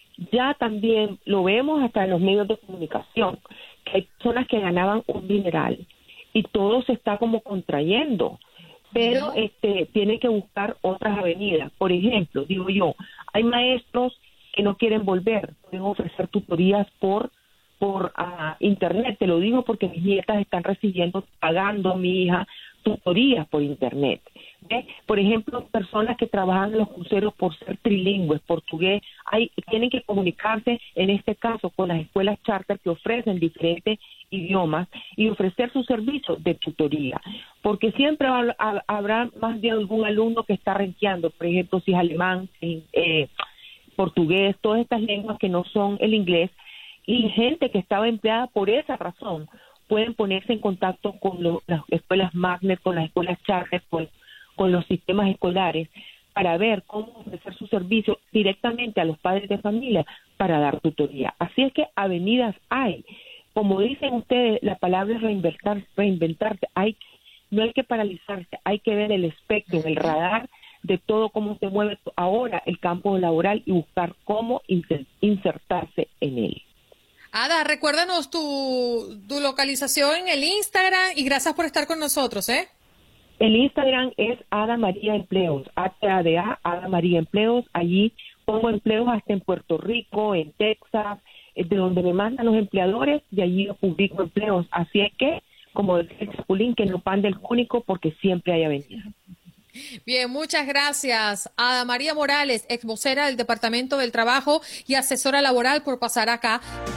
M: ya también lo vemos hasta en los medios de comunicación, que hay personas que ganaban un dineral y todo se está como contrayendo, pero uh-huh. este tienen que buscar otras avenidas. Por ejemplo, digo yo, hay maestros que no quieren volver, pueden ofrecer tutorías por por uh, internet. Te lo digo porque mis nietas están recibiendo, pagando a mi hija tutorías por internet. ¿Ves? Por ejemplo, personas que trabajan en los cruceros por ser trilingües, portugués, hay, tienen que comunicarse en este caso con las escuelas charter que ofrecen diferentes idiomas y ofrecer sus servicios de tutoría, porque siempre ha, ha, habrá más de algún alumno que está renqueando, por ejemplo, si es alemán, si, eh, portugués, todas estas lenguas que no son el inglés, y gente que estaba empleada por esa razón pueden ponerse en contacto con lo, las escuelas magnet, con las escuelas charter, con, con los sistemas escolares, para ver cómo ofrecer su servicio directamente a los padres de familia para dar tutoría. Así es que avenidas hay. como dicen ustedes, la palabra es reinventar, reinventarse. Hay, no hay que paralizarse, hay que ver el espectro, el radar de todo cómo se mueve ahora el campo laboral y buscar cómo insertarse en él.
A: Ada, recuérdanos tu, tu localización en el Instagram y gracias por estar con nosotros, ¿eh?
M: El Instagram es Ada María Empleos, H A D A, Ada María Empleos. Allí pongo empleos hasta en Puerto Rico, en Texas, de donde me mandan los empleadores, de allí yo publico empleos. Así es que, como decía el Chapulín, que no pan del cúnico porque siempre hay avenida.
A: Bien, muchas gracias. Ada María Morales, ex vocera del Departamento del Trabajo y asesora laboral, por pasar acá.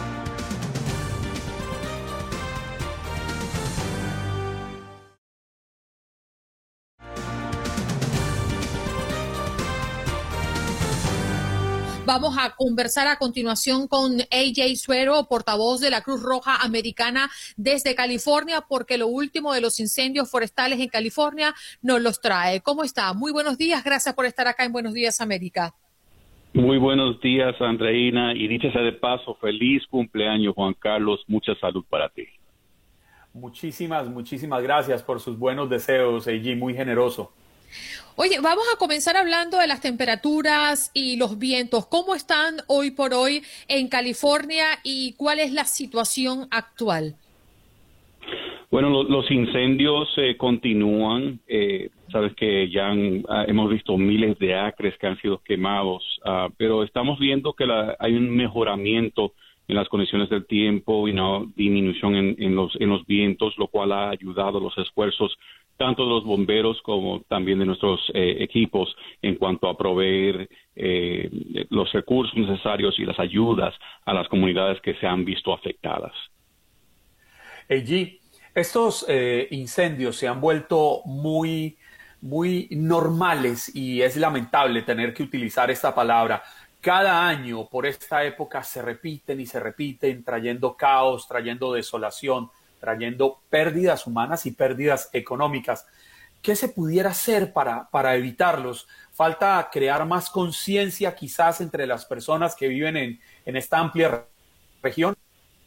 A: Vamos a conversar a continuación con A J Suero, portavoz de la Cruz Roja Americana desde California, porque lo último de los incendios forestales en California nos los trae. ¿Cómo está? Muy buenos días. Gracias por estar acá en Buenos Días, América.
N: Muy buenos días, Andreina. Y dicho sea de paso, feliz cumpleaños, Juan Carlos. Mucha salud para ti.
K: Muchísimas, muchísimas gracias por sus buenos deseos, A J. Muy generoso.
A: Oye, vamos a comenzar hablando de las temperaturas y los vientos. ¿Cómo están hoy por hoy en California y cuál es la situación actual?
N: Bueno, lo, los incendios eh, continúan. Eh, sabes que ya han, uh, hemos visto miles de acres que han sido quemados, uh, pero estamos viendo que la, hay un mejoramiento en las condiciones del tiempo y una disminución en, en, los, en los vientos, lo cual ha ayudado a los esfuerzos tanto de los bomberos como también de nuestros eh, equipos en cuanto a proveer eh, los recursos necesarios y las ayudas a las comunidades que se han visto afectadas.
K: A G, estos eh, incendios se han vuelto muy, muy normales y es lamentable tener que utilizar esta palabra. Cada año por esta época se repiten y se repiten, trayendo caos, trayendo desolación, trayendo pérdidas humanas y pérdidas económicas. ¿Qué se pudiera hacer para, para evitarlos? ¿Falta crear más conciencia quizás entre las personas que viven en, en esta amplia región?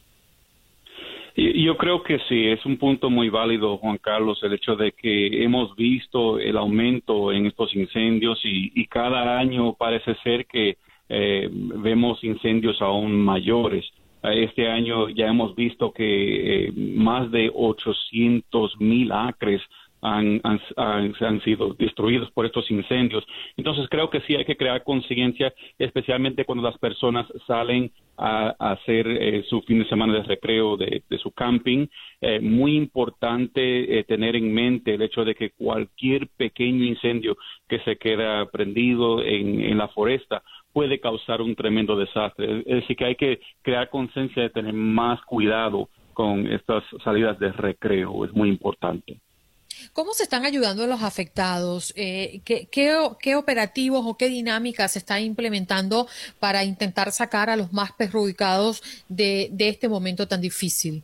N: Yo creo que sí, es un punto muy válido, Juan Carlos, el hecho de que hemos visto el aumento en estos incendios y, y cada año parece ser que eh, vemos incendios aún mayores. Este año ya hemos visto que eh, más de ochocientos mil acres han, han, han, han sido destruidos por estos incendios. Entonces creo que sí hay que crear conciencia, especialmente cuando las personas salen a, a hacer eh, su fin de semana de recreo de, de su camping. Eh, muy importante eh, tener en mente el hecho de que cualquier pequeño incendio que se queda prendido en, en la foresta puede causar un tremendo desastre. Es decir, que hay que crear conciencia de tener más cuidado con estas salidas de recreo. Es muy importante.
A: ¿Cómo se están ayudando a los afectados? Eh, ¿qué, qué, ¿Qué operativos o qué dinámicas se están implementando para intentar sacar a los más perjudicados de, de este momento tan difícil?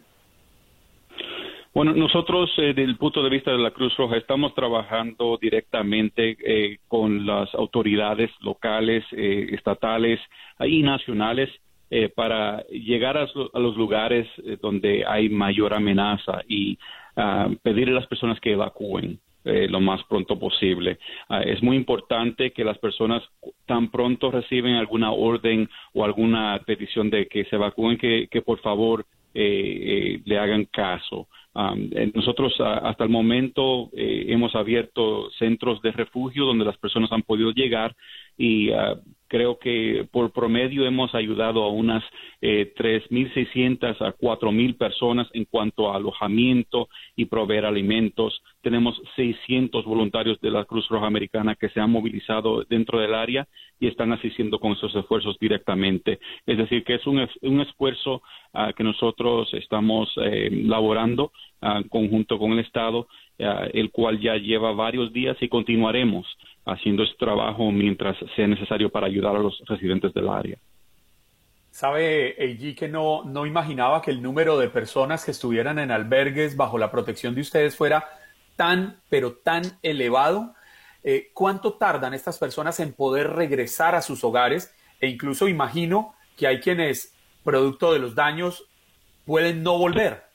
N: Bueno, nosotros eh, desde el punto de vista de la Cruz Roja estamos trabajando directamente eh, con las autoridades locales, eh, estatales y nacionales eh, para llegar a, a los lugares eh, donde hay mayor amenaza y uh, pedirle a las personas que evacúen eh, lo más pronto posible. Uh, es muy importante que las personas tan pronto reciben alguna orden o alguna petición de que se evacúen, que, que por favor eh, eh, le hagan caso. Um, nosotros uh, hasta el momento eh, hemos abierto centros de refugio donde las personas han podido llegar y uh, creo que por promedio hemos ayudado a unas eh, tres mil seiscientas a cuatro mil personas en cuanto a alojamiento y proveer alimentos. Tenemos seiscientos voluntarios de la Cruz Roja Americana que se han movilizado dentro del área y están asistiendo con esos esfuerzos directamente. Es decir, que es un, un esfuerzo uh, que nosotros estamos eh, laborando en uh, conjunto con el Estado, uh, el cual ya lleva varios días y continuaremos haciendo este trabajo mientras sea necesario para ayudar a los residentes del área.
K: Sabe, A G, que no, no imaginaba que el número de personas que estuvieran en albergues bajo la protección de ustedes fuera tan, pero tan elevado. Eh, ¿Cuánto tardan estas personas en poder regresar a sus hogares? E incluso imagino que hay quienes, producto de los daños, pueden no volver.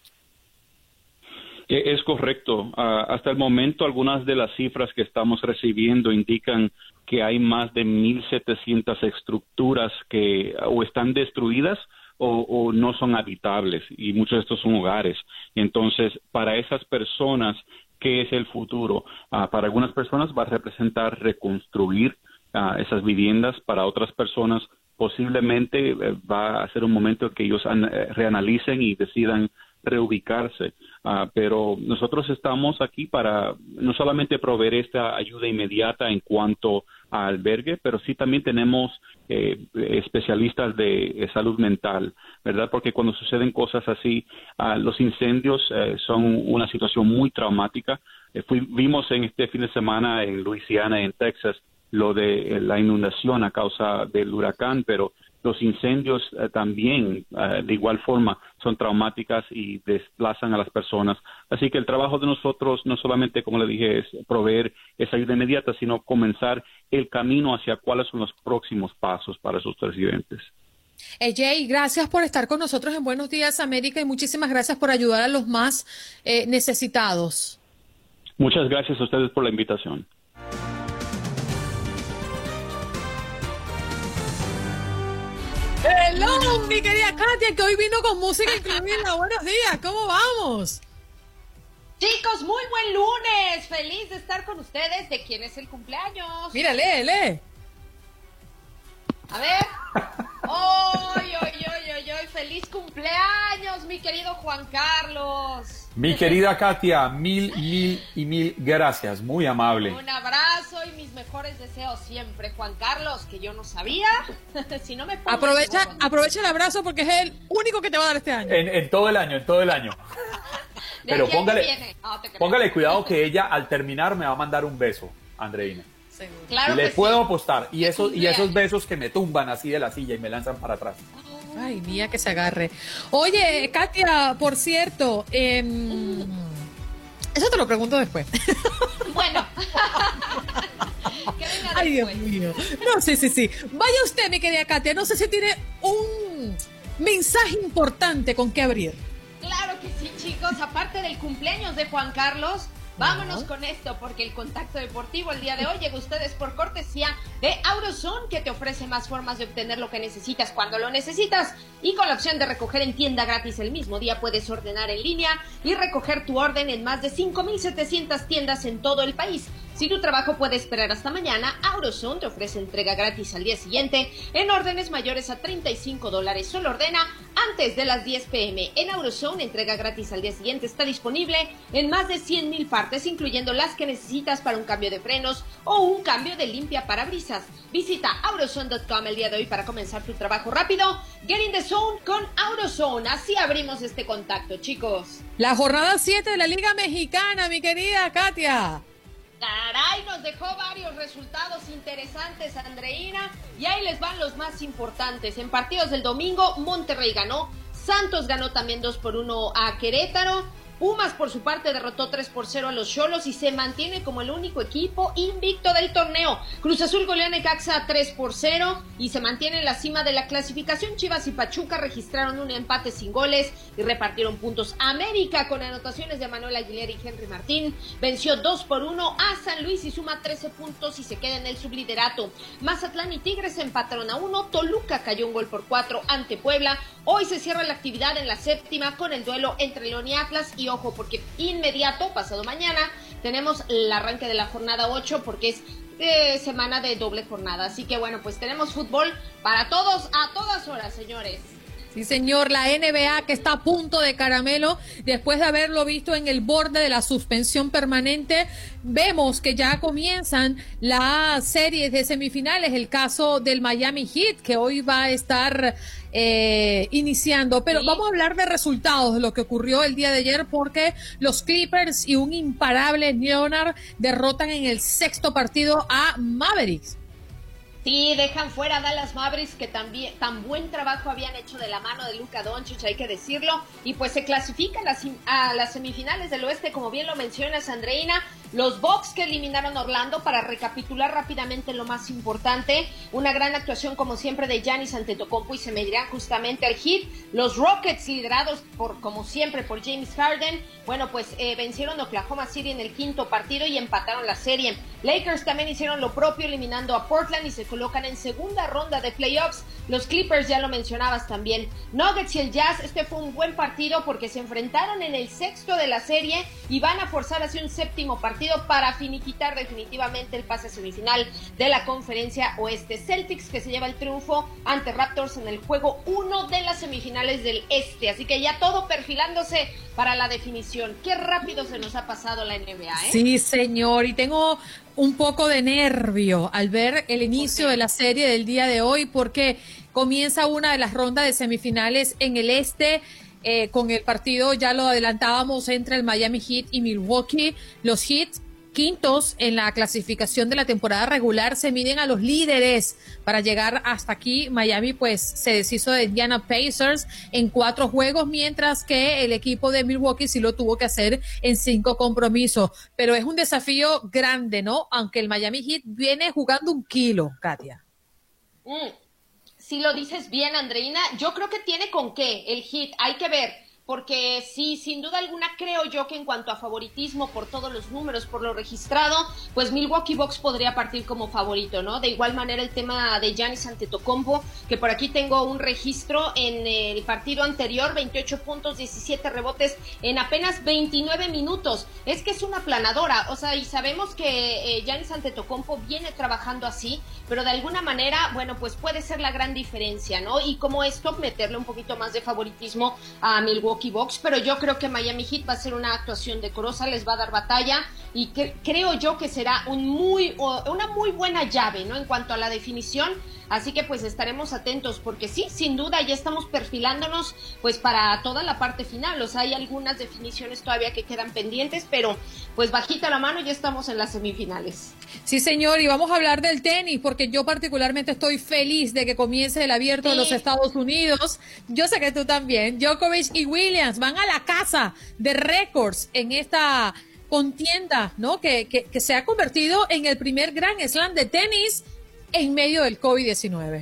N: Es correcto. Uh, hasta el momento, algunas de las cifras que estamos recibiendo indican que hay más de mil setecientas estructuras que o están destruidas o, o no son habitables, y muchos de estos son hogares. Entonces, para esas personas, ¿qué es el futuro? Uh, para algunas personas va a representar reconstruir uh, esas viviendas. Para otras personas, posiblemente eh, va a ser un momento en que ellos an- eh, reanalicen y decidan reubicarse, uh, pero nosotros estamos aquí para no solamente proveer esta ayuda inmediata en cuanto a albergue, pero sí también tenemos eh, especialistas de, de salud mental, ¿verdad? Porque cuando suceden cosas así, uh, los incendios eh, son una situación muy traumática. Eh, fui, vimos en este fin de semana en Luisiana y en Texas lo de eh, la inundación a causa del huracán, pero los incendios eh, también, eh, de igual forma, son traumáticas y desplazan a las personas. Así que el trabajo de nosotros, no solamente, como le dije, es proveer esa ayuda inmediata, sino comenzar el camino hacia cuáles son los próximos pasos para esos residentes.
A: Eh, Jay, gracias por estar con nosotros en Buenos Días América y muchísimas gracias por ayudar a los más eh, necesitados.
N: Muchas gracias a ustedes por la invitación.
A: Hello, mi querida Katia, que hoy vino con música increíble. Buenos días, ¿cómo vamos?
O: Chicos, muy buen lunes. Feliz de estar con ustedes. ¿De quién es el cumpleaños?
A: Mira, lee, lee.
O: A ver. ¡Oy, oy, oy, oy, oy! ¡Feliz cumpleaños, mi querido Juan Carlos!
K: Mi querida Katia, mil, mil y mil gracias. Muy amable.
O: Un abrazo y mis mejores deseos siempre, Juan Carlos, que yo no sabía. Si no me pongo
A: aprovecha, aprovecha el abrazo porque es el único que te va a dar este año.
K: En, en todo el año, en todo el año. Pero póngale,
O: oh,
K: póngale cuidado que ella al terminar me va a mandar un beso, Andreina.
O: Claro
K: Le
O: que
K: puedo
O: sí.
K: apostar. Y esos, y esos besos que me tumban así de la silla y me lanzan para atrás.
A: Ay, mía, que se agarre. Oye, Katia, por cierto, eh, eso te lo pregunto después.
O: Bueno. Que venga
A: Ay, Dios
O: después.
A: mío. No, sí, sí, sí. Vaya usted, mi querida Katia. No sé si tiene un mensaje importante con qué abrir.
O: Claro que sí, chicos. Aparte del cumpleaños de Juan Carlos, vámonos con esto, porque el contacto deportivo el día de hoy llega a ustedes por cortesía de AutoZone, que te ofrece más formas de obtener lo que necesitas cuando lo necesitas. Y con la opción de recoger en tienda gratis el mismo día, puedes ordenar en línea y recoger tu orden en más de cinco mil setecientas tiendas en todo el país. Si tu trabajo puede esperar hasta mañana, AutoZone te ofrece entrega gratis al día siguiente en órdenes mayores a treinta y cinco dólares. Solo ordena antes de las diez pm. En AutoZone, entrega gratis al día siguiente está disponible en más de cien mil partes, incluyendo las que necesitas para un cambio de frenos o un cambio de limpia parabrisas. Visita AutoZone punto com el día de hoy para comenzar tu trabajo rápido. Get in the zone con AutoZone. Así abrimos este contacto, chicos.
A: La jornada siete de la Liga Mexicana, mi querida Katia.
O: Caray, nos dejó varios resultados interesantes, Andreina, y ahí les van los más importantes. En partidos del domingo, Monterrey ganó, Santos ganó también dos por uno a Querétaro, Pumas por su parte derrotó tres por cero a los Xolos y se mantiene como el único equipo invicto del torneo. Cruz Azul goleó a Necaxa tres por cero y se mantiene en la cima de la clasificación. Chivas y Pachuca registraron un empate sin goles y repartieron puntos. América, con anotaciones de Manuel Aguilera y Henry Martín, venció dos por uno a San Luis y suma trece puntos y se queda en el subliderato. Mazatlán y Tigres empataron a uno. Toluca cayó un gol por cuatro ante Puebla. Hoy se cierra la actividad en la séptima con el duelo entre León y Atlas. Y ojo, porque inmediato, pasado mañana, tenemos el arranque de la jornada ocho, porque es eh, semana de doble jornada. Así que bueno, pues tenemos fútbol para todos, a todas horas, señores.
A: Sí, señor, la N B A que está a punto de caramelo después de haberlo visto en el borde de la suspensión permanente. Vemos que ya comienzan las series de semifinales, el caso del Miami Heat, que hoy va a estar eh, iniciando. Pero sí, vamos a hablar de resultados de lo que ocurrió el día de ayer, porque los Clippers y un imparable Leonard derrotan en el sexto partido a Mavericks.
O: Sí, dejan fuera a Dallas Mavericks, que también tan buen trabajo habían hecho de la mano de Luka Doncic, hay que decirlo, y pues se clasifican a las, a las semifinales del oeste, como bien lo mencionas, Andreina. los Bucks que eliminaron a Orlando. Para recapitular rápidamente lo más importante, una gran actuación como siempre de Giannis Antetokounmpo y se medirán justamente al Heat. Los Rockets, liderados por como siempre por James Harden, bueno pues eh, vencieron a Oklahoma City en el quinto partido y empataron la serie. Lakers también hicieron lo propio eliminando a Portland y se colocan en segunda ronda de playoffs. Los Clippers ya lo mencionabas también. Nuggets y el Jazz, este fue un buen partido porque se enfrentaron en el sexto de la serie y van a forzar hacia un séptimo partido para finiquitar definitivamente el pase semifinal de la conferencia oeste. Celtics que se lleva el triunfo ante Raptors en el juego uno de las semifinales del este, así que ya todo perfilándose para la definición. Qué rápido se nos ha pasado la N B A, ¿eh?
B: Sí, señor, y tengo un poco de nervio al ver el inicio de la serie del día de hoy porque comienza una de las rondas de semifinales en el este. Eh, con el partido, ya lo adelantábamos, entre el Miami Heat y Milwaukee. Los Heat, quintos en la clasificación de la temporada regular, se miden a los líderes para llegar hasta aquí. Miami pues se deshizo de Indiana Pacers en cuatro juegos, mientras que el equipo de Milwaukee sí lo tuvo que hacer en cinco compromisos. Pero es un desafío grande, ¿no? Aunque el Miami Heat viene jugando un kilo, Katia.
O: Mm. Si lo dices bien, Andreina, yo creo que tiene con qué el Heat, hay que ver, porque sí, sin duda alguna creo yo que en cuanto a favoritismo, por todos los números, por lo registrado, pues Milwaukee Bucks podría partir como favorito, ¿no? De igual manera el tema de Giannis Antetokounmpo, que por aquí tengo un registro en el partido anterior, veintiocho puntos, diecisiete rebotes en apenas veintinueve minutos. Es que es una planadora, o sea, y sabemos que eh, Giannis Antetokounmpo viene trabajando así, pero de alguna manera, bueno, pues puede ser la gran diferencia, ¿no? Y como esto, meterle un poquito más de favoritismo a Milwaukee Bucks, pero yo creo que Miami Heat va a ser una actuación decorosa, les va a dar batalla y que, creo yo que será un muy, una muy buena llave, ¿no? En cuanto a la definición, así que pues estaremos atentos porque sí, sin duda ya estamos perfilándonos pues para toda la parte final, o sea, hay algunas definiciones todavía que quedan pendientes, pero pues bajita la mano ya estamos en las semifinales.
B: Sí, señor, y vamos a hablar del tenis, porque yo particularmente estoy feliz de que comience el Abierto sí. de los Estados Unidos. Yo sé que tú también. Djokovic y Williams van a la casa de récords en esta contienda, ¿no? Que, que, que se ha convertido en el primer Grand Slam de tenis en medio del COVID diecinueve.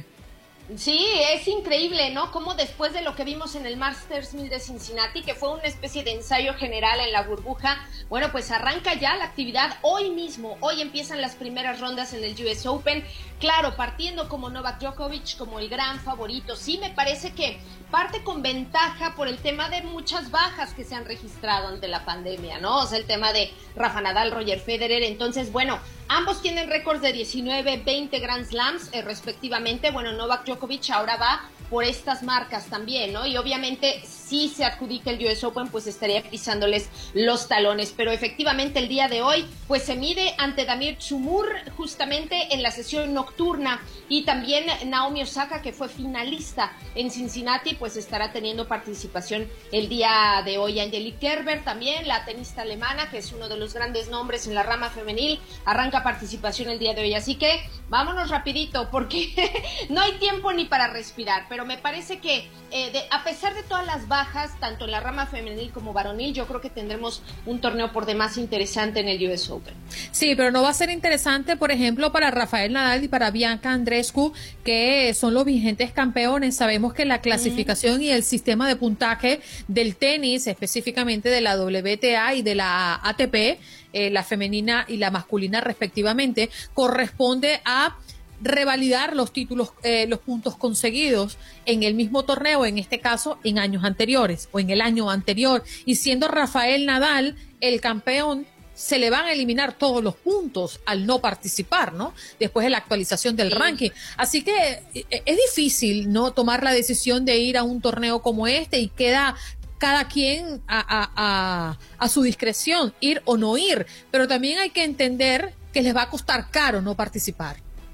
O: Sí, es increíble, ¿no? Como después de lo que vimos en el Masters mil de Cincinnati, que fue una especie de ensayo general en la burbuja, bueno, pues arranca ya la actividad hoy mismo. Hoy empiezan las primeras rondas en el U S Open. Claro, partiendo como Novak Djokovic como el gran favorito. Sí, me parece que parte con ventaja por el tema de muchas bajas que se han registrado ante la pandemia, ¿no? O sea, el tema de Rafa Nadal, Roger Federer. Entonces, bueno, ambos tienen récords de diecinueve, veinte Grand Slams eh, respectivamente. Bueno, Novak Djokovic ahora va por estas marcas también, ¿no? Y obviamente si se adjudica el U S Open, pues estaría pisándoles los talones, pero efectivamente el día de hoy, pues se mide ante Damir Dzumhur justamente en la sesión nocturna, y también Naomi Osaka, que fue finalista en Cincinnati, pues estará teniendo participación el día de hoy. Angelique Kerber también, la tenista alemana, que es uno de los grandes nombres en la rama femenil, arranca participación el día de hoy, así que vámonos rapidito, porque no hay tiempo ni para respirar, pero me parece que eh, de, a pesar de todas las bajas, tanto en la rama femenil como varonil, yo creo que tendremos un torneo por demás interesante en el U S Open.
B: Sí, pero no va a ser interesante, por ejemplo, para Rafael Nadal y para Bianca Andreescu, que son los vigentes campeones. Sabemos que la clasificación mm. y el sistema de puntaje del tenis, específicamente de la W T A y de la A T P, eh, la femenina y la masculina respectivamente, corresponde a revalidar los títulos, eh, los puntos conseguidos en el mismo torneo, en este caso en años anteriores o en el año anterior, y siendo Rafael Nadal el campeón, se le van a eliminar todos los puntos al no participar, ¿no? Después de la actualización del sí. ranking. Así que es difícil, ¿no?, tomar la decisión de ir a un torneo como este, y queda cada quien a, a, a, a su discreción, ir o no ir, pero también hay que entender que les va a costar caro no participar.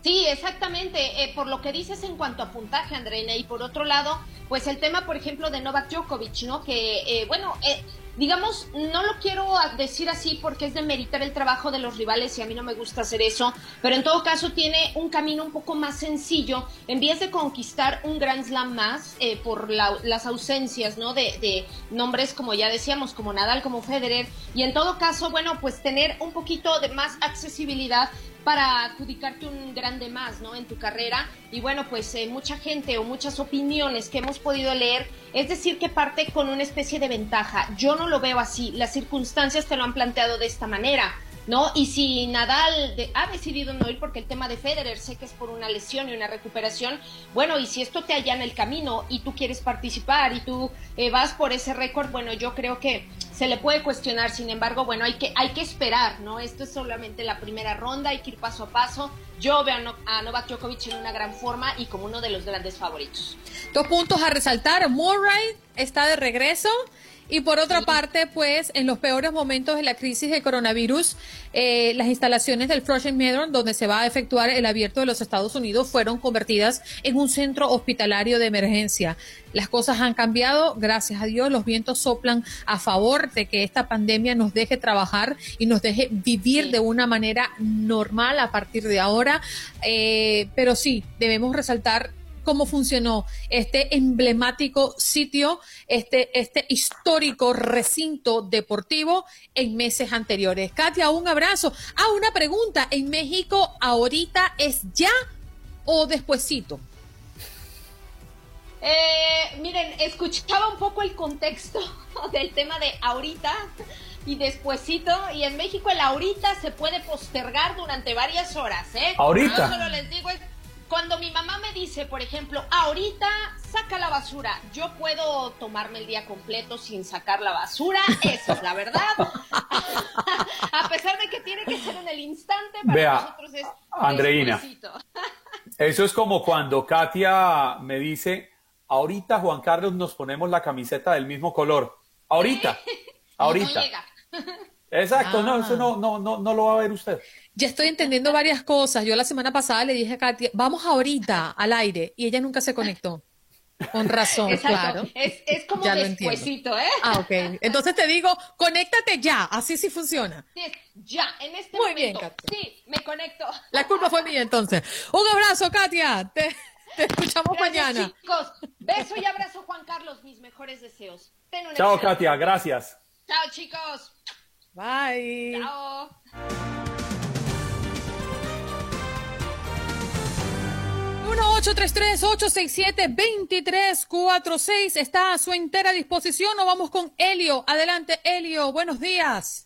O: Sí, exactamente, eh, por lo que dices en cuanto a puntaje, Andreina, y por otro lado, pues el tema, por ejemplo, de Novak Djokovic, ¿no? Que, eh, bueno, eh, digamos, no lo quiero decir así porque es demeritar el trabajo de los rivales y a mí no me gusta hacer eso, pero en todo caso tiene un camino un poco más sencillo, en vez de conquistar un Grand Slam más, eh, por la, las ausencias, ¿no? De, de nombres, como ya decíamos, como Nadal, como Federer, y en todo caso, bueno, pues tener un poquito de más accesibilidad para adjudicarte un grande más, ¿no? En tu carrera. Y bueno, pues eh, mucha gente o muchas opiniones que hemos podido leer, es decir, que parte con una especie de ventaja. Yo no lo veo así, las circunstancias te lo han planteado de esta manera, ¿no? Y si Nadal de, ha decidido no ir porque el tema de Federer sé que es por una lesión y una recuperación, bueno, y si esto te allana el camino y tú quieres participar y tú eh, vas por ese récord, bueno, yo creo que se le puede cuestionar. Sin embargo, bueno, hay que, hay que esperar, ¿no? Esto es solamente la primera ronda, hay que ir paso a paso. Yo veo a, no, a Novak Djokovic en una gran forma y como uno de los grandes favoritos.
A: Dos puntos a resaltar, Murray está de regreso. Y por otra sí. parte, pues, en los peores momentos de la crisis del coronavirus, eh, las instalaciones del Flushing Meadows, donde se va a efectuar el Abierto de los Estados Unidos, fueron convertidas en un centro hospitalario de emergencia. Las cosas han cambiado, gracias a Dios, los vientos soplan a favor de que esta pandemia nos deje trabajar y nos deje vivir sí. de una manera normal a partir de ahora. Eh, pero sí, debemos resaltar cómo funcionó este emblemático sitio, este, este histórico recinto deportivo en meses anteriores. Katia, un abrazo. Ah, una pregunta. ¿En México ahorita es ya o despuesito?
O: Eh, miren, escuchaba un poco el contexto del tema de ahorita y despuesito, y en México el ahorita se puede postergar durante varias horas, ¿eh?
K: ¿Ahorita?
O: Yo solo les digo es cuando mi mamá me dice, por ejemplo, ahorita saca la basura, yo puedo tomarme el día completo sin sacar la basura, esa es la verdad. A pesar de que tiene que ser en el instante, para
K: Vea,
O: nosotros es
K: Andreina,
O: despuesito.
K: Eso es como cuando Katia me dice, ahorita Juan Carlos nos ponemos la camiseta del mismo color. Ahorita, ahorita.
O: No llega.
K: Exacto,
A: Ah.
K: no, eso no, no, no, no lo va a ver usted.
A: Ya estoy entendiendo varias cosas. Yo la semana pasada le dije a Katia, vamos ahorita al aire, y ella nunca se conectó. Con razón,
O: Exacto.
A: claro.
O: Es, es como
A: Ya lo
O: despuesito, ¿eh?
A: Ah, ok. Entonces te digo, conéctate ya, así sí funciona.
O: Sí, ya, en este
A: Muy
O: momento.
A: bien, Katia.
O: Sí, me conecto.
A: La culpa fue mía entonces. Un abrazo, Katia. Te, te escuchamos
O: Gracias,
A: mañana.
O: chicos. Beso y abrazo, Juan Carlos. Mis mejores deseos. Ten un
K: Chao,
O: excelente-
K: Katia, gracias.
O: Chao, chicos.
A: Bye.
O: Chao.
A: uno ocho tres tres, ocho seis siete, dos tres cuatro seis está a su entera disposición. Nos vamos con Elio. Adelante, Elio. Buenos días.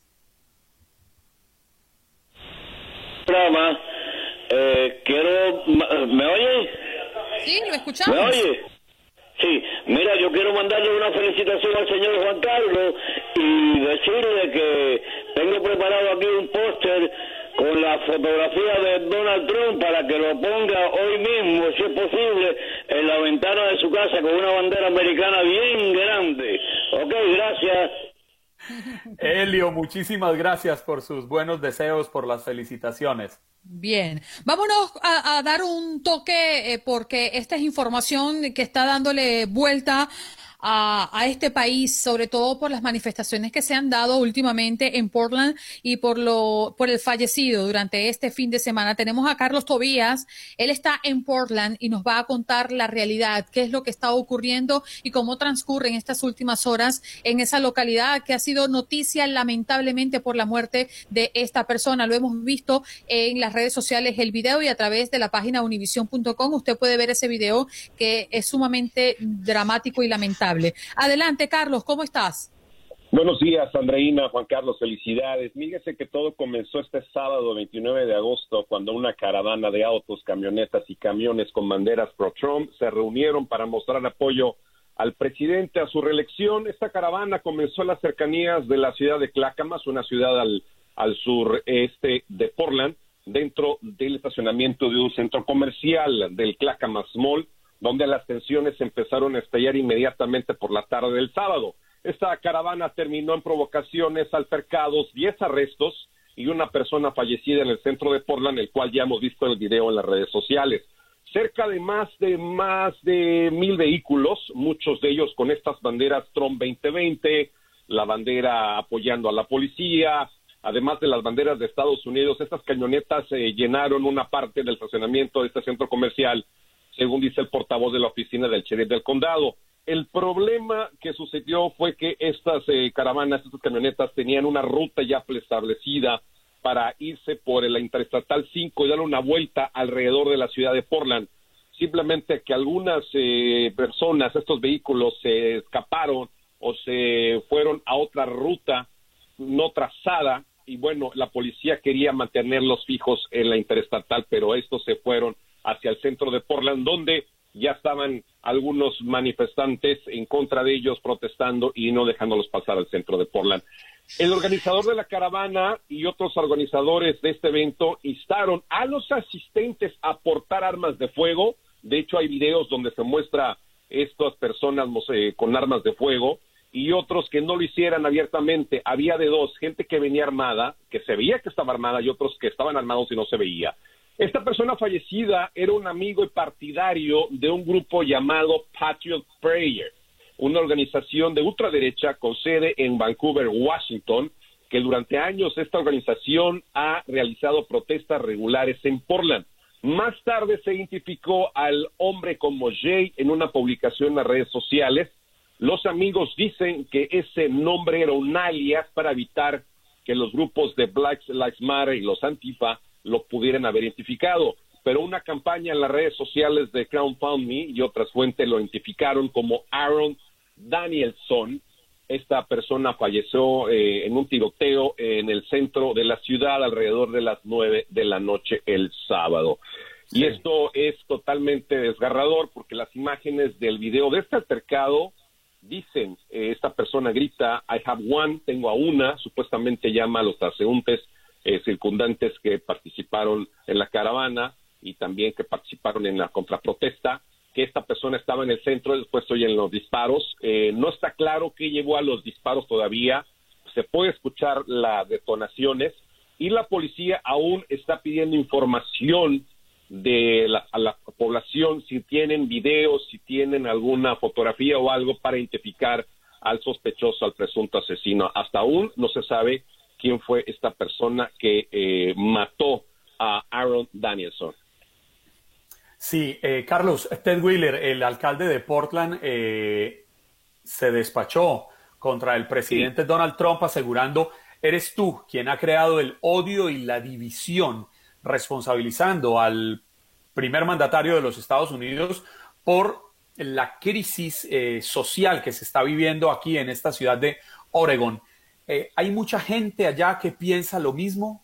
P: Programa, eh, quiero, ¿me oye?
A: Sí, lo escuchamos.
P: ¿Me oye? Sí, mira, yo quiero mandarle una felicitación al señor Juan Carlos y decirle que tengo preparado aquí un póster con la fotografía de Donald Trump para que lo ponga hoy mismo, si es posible, en la ventana de su casa con una bandera americana bien grande. Ok, gracias.
K: Elio, muchísimas gracias por sus buenos deseos, por las felicitaciones.
A: Bien, vámonos a, a dar un toque eh, porque esta es información que está dándole vuelta a, a este país, sobre todo por las manifestaciones que se han dado últimamente en Portland y por lo por el fallecido durante este fin de semana. Tenemos a Carlos Tobías, él está en Portland y nos va a contar la realidad, qué es lo que está ocurriendo y cómo transcurren estas últimas horas en esa localidad que ha sido noticia lamentablemente por la muerte de esta persona. Lo hemos visto en las redes sociales, el video, y a través de la página univision punto com usted puede ver ese video que es sumamente dramático y lamentable. Adelante, Carlos, ¿cómo estás?
Q: Buenos días, Andreina, Juan Carlos, felicidades. Fíjese que todo comenzó este sábado veintinueve de agosto cuando una caravana de autos, camionetas y camiones con banderas pro-Trump se reunieron para mostrar apoyo al presidente, a su reelección. Esta caravana comenzó en las cercanías de la ciudad de Clackamas, una ciudad al, al sureste de Portland, dentro del estacionamiento de un centro comercial del Clackamas Mall, donde las tensiones empezaron a estallar inmediatamente por la tarde del sábado. Esta caravana terminó en provocaciones, altercados, diez arrestos y una persona fallecida en el centro de Portland, el cual ya hemos visto el video en las redes sociales. Cerca de más de más de mil vehículos, muchos de ellos con estas banderas Trump veinte veinte, la bandera apoyando a la policía, además de las banderas de Estados Unidos. Estas camionetas eh, llenaron una parte del estacionamiento de este centro comercial, según dice el portavoz de la oficina del sheriff del condado. El problema que sucedió fue que estas eh, caravanas, estas camionetas tenían una ruta ya preestablecida para irse por la Interestatal cinco y dar una vuelta alrededor de la ciudad de Portland. Simplemente que algunas eh, personas, estos vehículos, se escaparon o se fueron a otra ruta no trazada, y bueno, la policía quería mantenerlos fijos en la Interestatal, pero estos se fueron hacia el centro de Portland, donde ya estaban algunos manifestantes en contra de ellos protestando y no dejándolos pasar al centro de Portland. El organizador de la caravana y otros organizadores de este evento instaron a los asistentes a portar armas de fuego. De hecho, hay videos donde se muestra estas personas eh, con armas de fuego, y otros que no lo hicieran abiertamente. Había de dos, gente que venía armada, que se veía que estaba armada, y otros que estaban armados y no se veía. Esta persona fallecida era un amigo y partidario de un grupo llamado Patriot Prayer, una organización de ultraderecha con sede en Vancouver, Washington, que durante años esta organización ha realizado protestas regulares en Portland. Más tarde se identificó al hombre como Jay en una publicación en las redes sociales. Los amigos dicen que ese nombre era un alias para evitar que los grupos de Black Lives Matter y los Antifa lo pudieran haber identificado, pero una campaña en las redes sociales de CrowdFundMe y otras fuentes lo identificaron como Aaron Danielson. Esta persona falleció eh, en un tiroteo en el centro de la ciudad alrededor de las nueve de la noche el sábado. Sí. Y esto es totalmente desgarrador porque las imágenes del video de este altercado dicen, eh, esta persona grita, I have one, tengo a una, supuestamente llama a los transeúntes eh, circundantes que participaron en la caravana y también que participaron en la contraprotesta, que esta persona estaba en el centro. Después oyen los disparos. Eh, no está claro qué llevó a los disparos todavía. Se puede escuchar las detonaciones y la policía aún está pidiendo información de la, a la población, si tienen videos, si tienen alguna fotografía o algo para identificar al sospechoso, al presunto asesino. Hasta aún no se sabe quién fue esta persona que eh, mató a Aaron Danielson.
K: Sí, eh, Carlos, Ted Wheeler, el alcalde de Portland, eh, se despachó contra el presidente sí. Donald Trump, asegurando, eres tú quien ha creado el odio y la división, responsabilizando al primer mandatario de los Estados Unidos por la crisis eh, social que se está viviendo aquí en esta ciudad de Oregon. Eh, ¿Hay mucha gente allá que piensa lo mismo?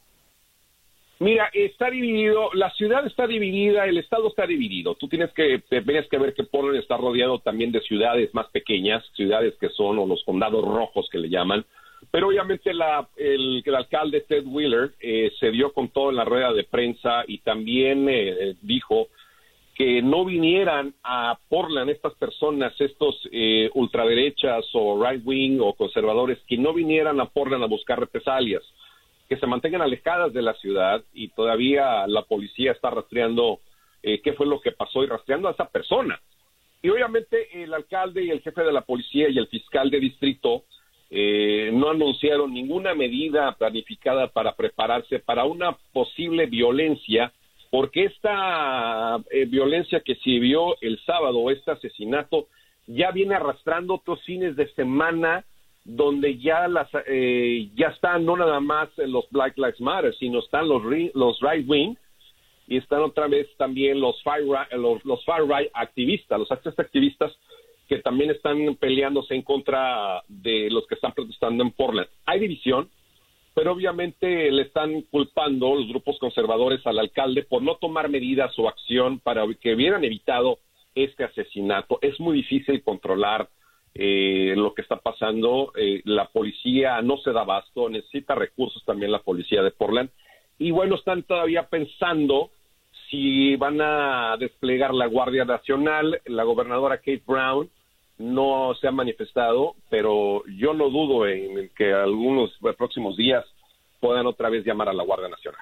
Q: Mira, está dividido, la ciudad está dividida, el estado está dividido. Tú tienes que, tienes que ver que Portland está rodeado también de ciudades más pequeñas, ciudades que son, o los condados rojos que le llaman. Pero obviamente la, el, el alcalde Ted Wheeler eh, se dio con todo en la rueda de prensa y también eh, dijo que no vinieran a Portland estas personas, estos eh, ultraderechas o right wing o conservadores, que no vinieran a Portland a buscar represalias, que se mantengan alejadas de la ciudad, y todavía la policía está rastreando eh, qué fue lo que pasó y rastreando a esa persona. Y obviamente el alcalde y el jefe de la policía y el fiscal de distrito eh, no anunciaron ninguna medida planificada para prepararse para una posible violencia, porque esta eh, violencia que se vio el sábado, este asesinato, ya viene arrastrando otros fines de semana donde ya las eh, ya están no nada más los Black Lives Matter, sino están los los right wing y están otra vez también los far right, los, los far right activistas, los activistas que también están peleándose en contra de los que están protestando en Portland. Hay división, pero obviamente le están culpando los grupos conservadores al alcalde por no tomar medidas o acción para que hubieran evitado este asesinato. Es muy difícil controlar eh, lo que está pasando. Eh, la policía no se da abasto, necesita recursos también la policía de Portland. Y bueno, están todavía pensando si van a desplegar la Guardia Nacional. La gobernadora Kate Brown no se ha manifestado, pero yo no dudo en que algunos próximos días puedan otra vez llamar a la Guardia Nacional.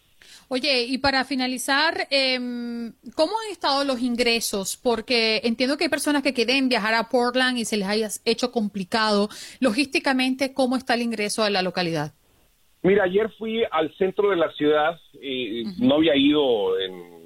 A: Oye, y para finalizar, eh, ¿cómo han estado los ingresos? Porque entiendo que hay personas que quieren viajar a Portland y se les haya hecho complicado. Logísticamente, ¿cómo está el ingreso a la localidad?
Q: Mira, ayer fui al centro de la ciudad, y uh-huh. no había ido en,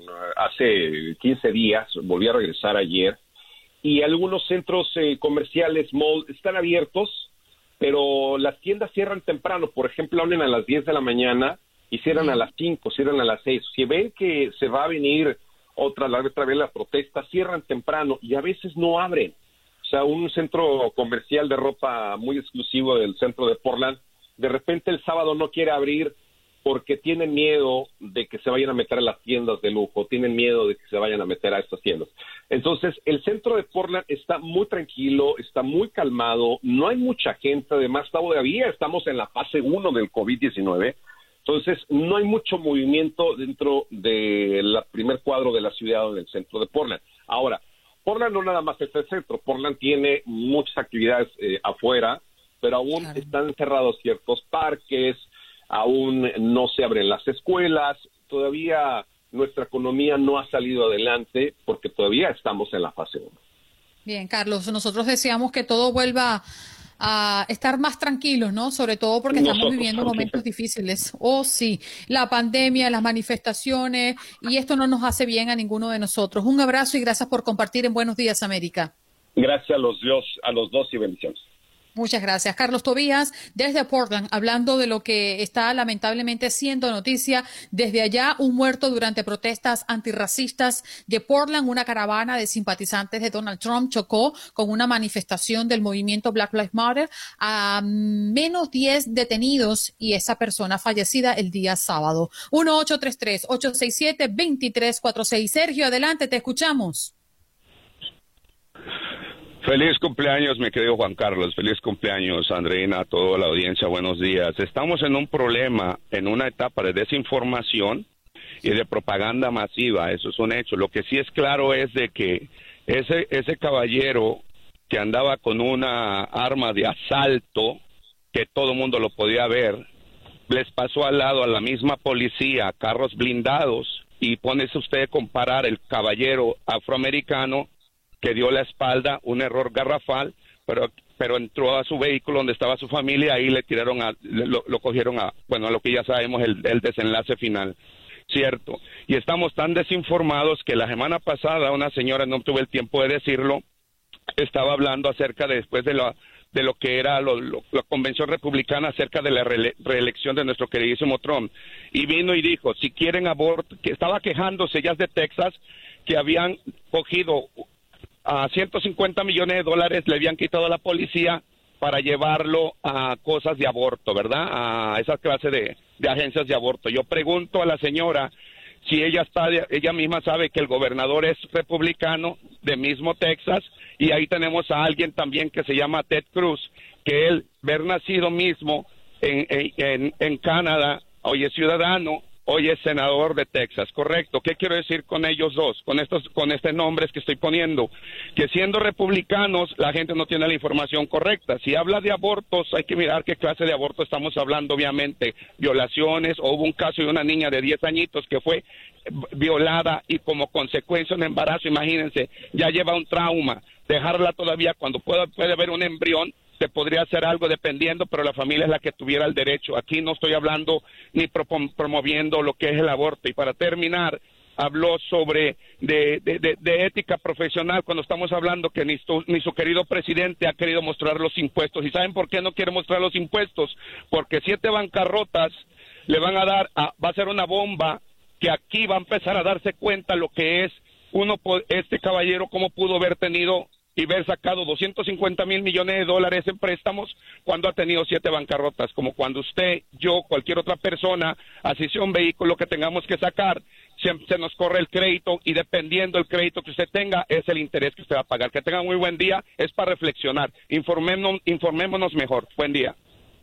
Q: hace quince días, volví a regresar ayer, y algunos centros eh, comerciales, malls, están abiertos, pero las tiendas cierran temprano. Por ejemplo, abren a las diez de la mañana y cierran uh-huh. a las cinco, cierran a las seis. Si ven que se va a venir otra, otra vez la protesta, cierran temprano y a veces no abren. O sea, un centro comercial de ropa muy exclusivo del centro de Portland, de repente el sábado no quiere abrir porque tienen miedo de que se vayan a meter a las tiendas de lujo, tienen miedo de que se vayan a meter a estas tiendas. Entonces, el centro de Portland está muy tranquilo, está muy calmado, no hay mucha gente, además todavía estamos en la fase uno del COVID diecinueve, entonces no hay mucho movimiento dentro del primer cuadro de la ciudad en el centro de Portland. Ahora, Portland no nada más es el centro, Portland tiene muchas actividades eh, afuera, pero aún claro. están cerrados ciertos parques, aún no se abren las escuelas, todavía nuestra economía no ha salido adelante porque todavía estamos en la fase uno.
A: Bien, Carlos, nosotros deseamos que todo vuelva a estar más tranquilos, ¿no? Sobre todo porque nosotros estamos viviendo momentos difíciles. Oh, sí, la pandemia, las manifestaciones, y esto no nos hace bien a ninguno de nosotros. Un abrazo y gracias por compartir en Buenos Días, América.
Q: Gracias a los, Dios, a los dos y bendiciones.
A: Muchas gracias. Carlos Tobías, desde Portland, hablando de lo que está lamentablemente siendo noticia. Desde allá, un muerto durante protestas antirracistas de Portland. Una caravana de simpatizantes de Donald Trump chocó con una manifestación del movimiento Black Lives Matter. A menos diez detenidos y esa persona fallecida el día sábado. uno ocho tres tres, ocho seis siete, dos tres cuatro seis. Sergio, adelante, te escuchamos.
R: Feliz cumpleaños, mi querido Juan Carlos. Feliz cumpleaños, Andreina, a toda la audiencia. Buenos días. Estamos en un problema, en una etapa de desinformación y de propaganda masiva. Eso es un hecho. Lo que sí es claro es de que ese, ese caballero que andaba con una arma de asalto, que todo el mundo lo podía ver, les pasó al lado a la misma policía, carros blindados, y pónese usted a comparar el caballero afroamericano que dio la espalda, un error garrafal, pero pero entró a su vehículo donde estaba su familia, ahí le tiraron, a, lo, lo cogieron a, bueno, a lo que ya sabemos, el, el desenlace final, ¿cierto? Y estamos tan desinformados que la semana pasada una señora, no tuve el tiempo de decirlo, estaba hablando acerca de después de la de lo que era lo, lo, la convención republicana acerca de la re, reelección de nuestro queridísimo Trump, y vino y dijo, si quieren aborto, que estaba quejándose ya de Texas, que habían cogido a ciento cincuenta millones de dólares, le habían quitado a la policía para llevarlo a cosas de aborto, ¿verdad? A esa clase de, de agencias de aborto. Yo pregunto a la señora si ella está, ella misma sabe que el gobernador es republicano de mismo Texas, y ahí tenemos a alguien también que se llama Ted Cruz, que él, ver nacido mismo en, en, en Canadá, hoy es ciudadano, hoy es senador de Texas, correcto. ¿Qué quiero decir con ellos dos, con estos, con estos nombres que estoy poniendo? Que siendo republicanos, la gente no tiene la información correcta. Si habla de abortos, hay que mirar qué clase de aborto estamos hablando, obviamente. Violaciones, o hubo un caso de una niña de diez añitos que fue violada y como consecuencia un embarazo, imagínense, ya lleva un trauma. Dejarla todavía cuando pueda, puede haber un embrión, se podría hacer algo dependiendo, pero la familia es la que tuviera el derecho. Aquí no estoy hablando ni pro promoviendo lo que es el aborto. Y para terminar, habló sobre de, de, de, de ética profesional cuando estamos hablando que ni su, ni su querido presidente ha querido mostrar los impuestos. ¿Y saben por qué no quiere mostrar los impuestos? Porque siete bancarrotas le van a dar, a, va a ser una bomba que aquí va a empezar a darse cuenta lo que es uno, este caballero, cómo pudo haber tenido y haber sacado doscientos cincuenta mil millones de dólares en préstamos cuando ha tenido siete bancarrotas, como cuando usted, yo, cualquier otra persona, así sea un vehículo que tengamos que sacar, se, se nos corre el crédito, y dependiendo del crédito que usted tenga, es el interés que usted va a pagar. Que tenga muy buen día, es para reflexionar. Informémonos, informémonos mejor. Buen día.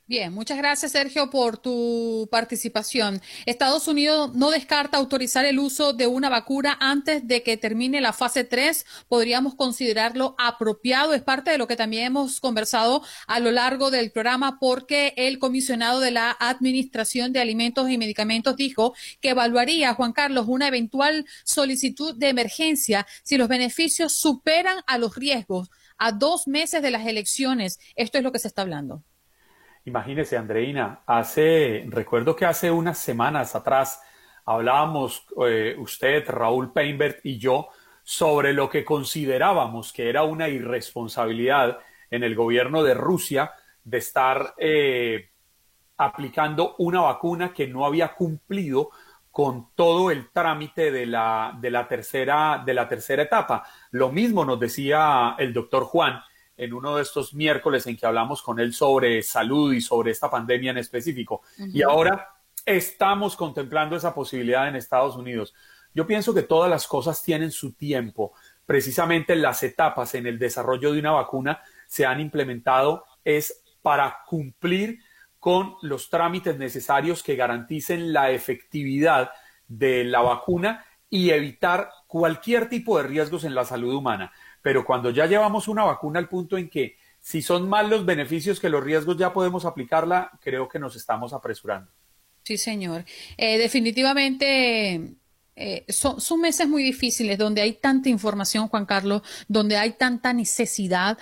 A: Bien, muchas gracias, Sergio, por tu participación. Estados Unidos no descarta autorizar el uso de una vacuna antes de que termine la fase tres. Podríamos considerarlo apropiado. Es parte de lo que también hemos conversado a lo largo del programa, porque el comisionado de la Administración de Alimentos y Medicamentos dijo que evaluaría, Juan Carlos, una eventual solicitud de emergencia si los beneficios superan a los riesgos a dos meses de las elecciones. Esto es lo que se está hablando.
K: Imagínese, Andreina, hace, recuerdo que hace unas semanas atrás hablábamos eh, usted, Raúl Peinbert y yo sobre lo que considerábamos que era una irresponsabilidad en el gobierno de Rusia de estar eh, aplicando una vacuna que no había cumplido con todo el trámite de la, de la tercera, de la tercera etapa. Lo mismo nos decía el doctor Juan en uno de estos miércoles en que hablamos con él sobre salud y sobre esta pandemia en específico. Uh-huh. Y ahora estamos contemplando esa posibilidad en Estados Unidos. Yo pienso que todas las cosas tienen su tiempo. Precisamente las etapas en el desarrollo de una vacuna se han implementado es para cumplir con los trámites necesarios que garanticen la efectividad de la vacuna y evitar cualquier tipo de riesgos en la salud humana. Pero cuando ya llevamos una vacuna al punto en que si son más los beneficios que los riesgos ya podemos aplicarla, creo que nos estamos apresurando.
A: Sí, señor. Eh, definitivamente eh, son, son meses muy difíciles donde hay tanta información, Juan Carlos, donde hay tanta necesidad,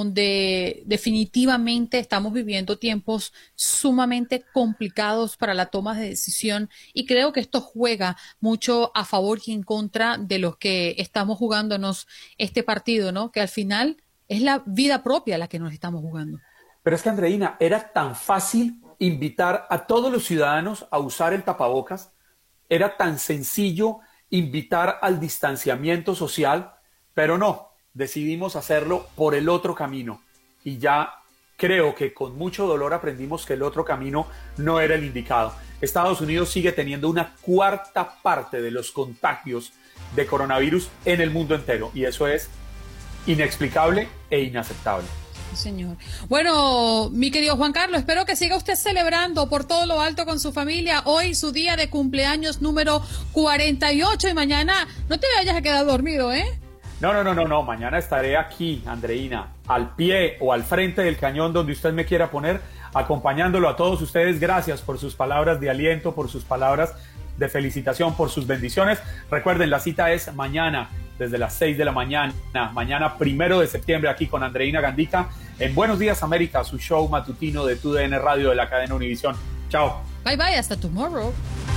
A: donde definitivamente estamos viviendo tiempos sumamente complicados para la toma de decisión, y creo que esto juega mucho a favor y en contra de los que estamos jugándonos este partido, ¿no? Que al final es la vida propia la que nos estamos jugando.
K: Pero es que, Andreina, era tan fácil invitar a todos los ciudadanos a usar el tapabocas, era tan sencillo invitar al distanciamiento social, pero no, decidimos hacerlo por el otro camino. Y ya creo que con mucho dolor aprendimos que el otro camino no era el indicado. Estados Unidos sigue teniendo una cuarta parte de los contagios de coronavirus en el mundo entero, y eso es inexplicable e inaceptable.
A: Señor. Bueno, mi querido Juan Carlos, espero que siga usted celebrando por todo lo alto con su familia. Hoy su día de cumpleaños número cuarenta y ocho, y mañana no te vayas a quedar dormido, ¿eh?
K: No, no, no, no, no. Mañana estaré aquí, Andreina, al pie o al frente del cañón donde usted me quiera poner, acompañándolo a todos ustedes. Gracias por sus palabras de aliento, por sus palabras de felicitación, por sus bendiciones. Recuerden, la cita es mañana, desde las seis de la mañana, mañana primero de septiembre, aquí con Andreina Gandica, en Buenos Días América, su show matutino de Tu D N Radio de la cadena Univisión. Chao.
A: Bye bye, hasta tomorrow.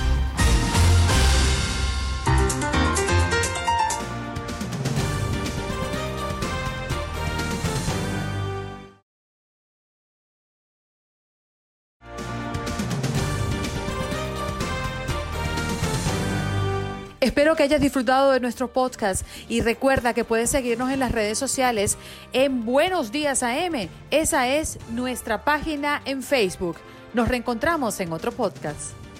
A: Espero que hayas disfrutado de nuestro podcast y recuerda que puedes seguirnos en las redes sociales en Buenos Días A M. Esa es nuestra página en Facebook. Nos reencontramos en otro podcast.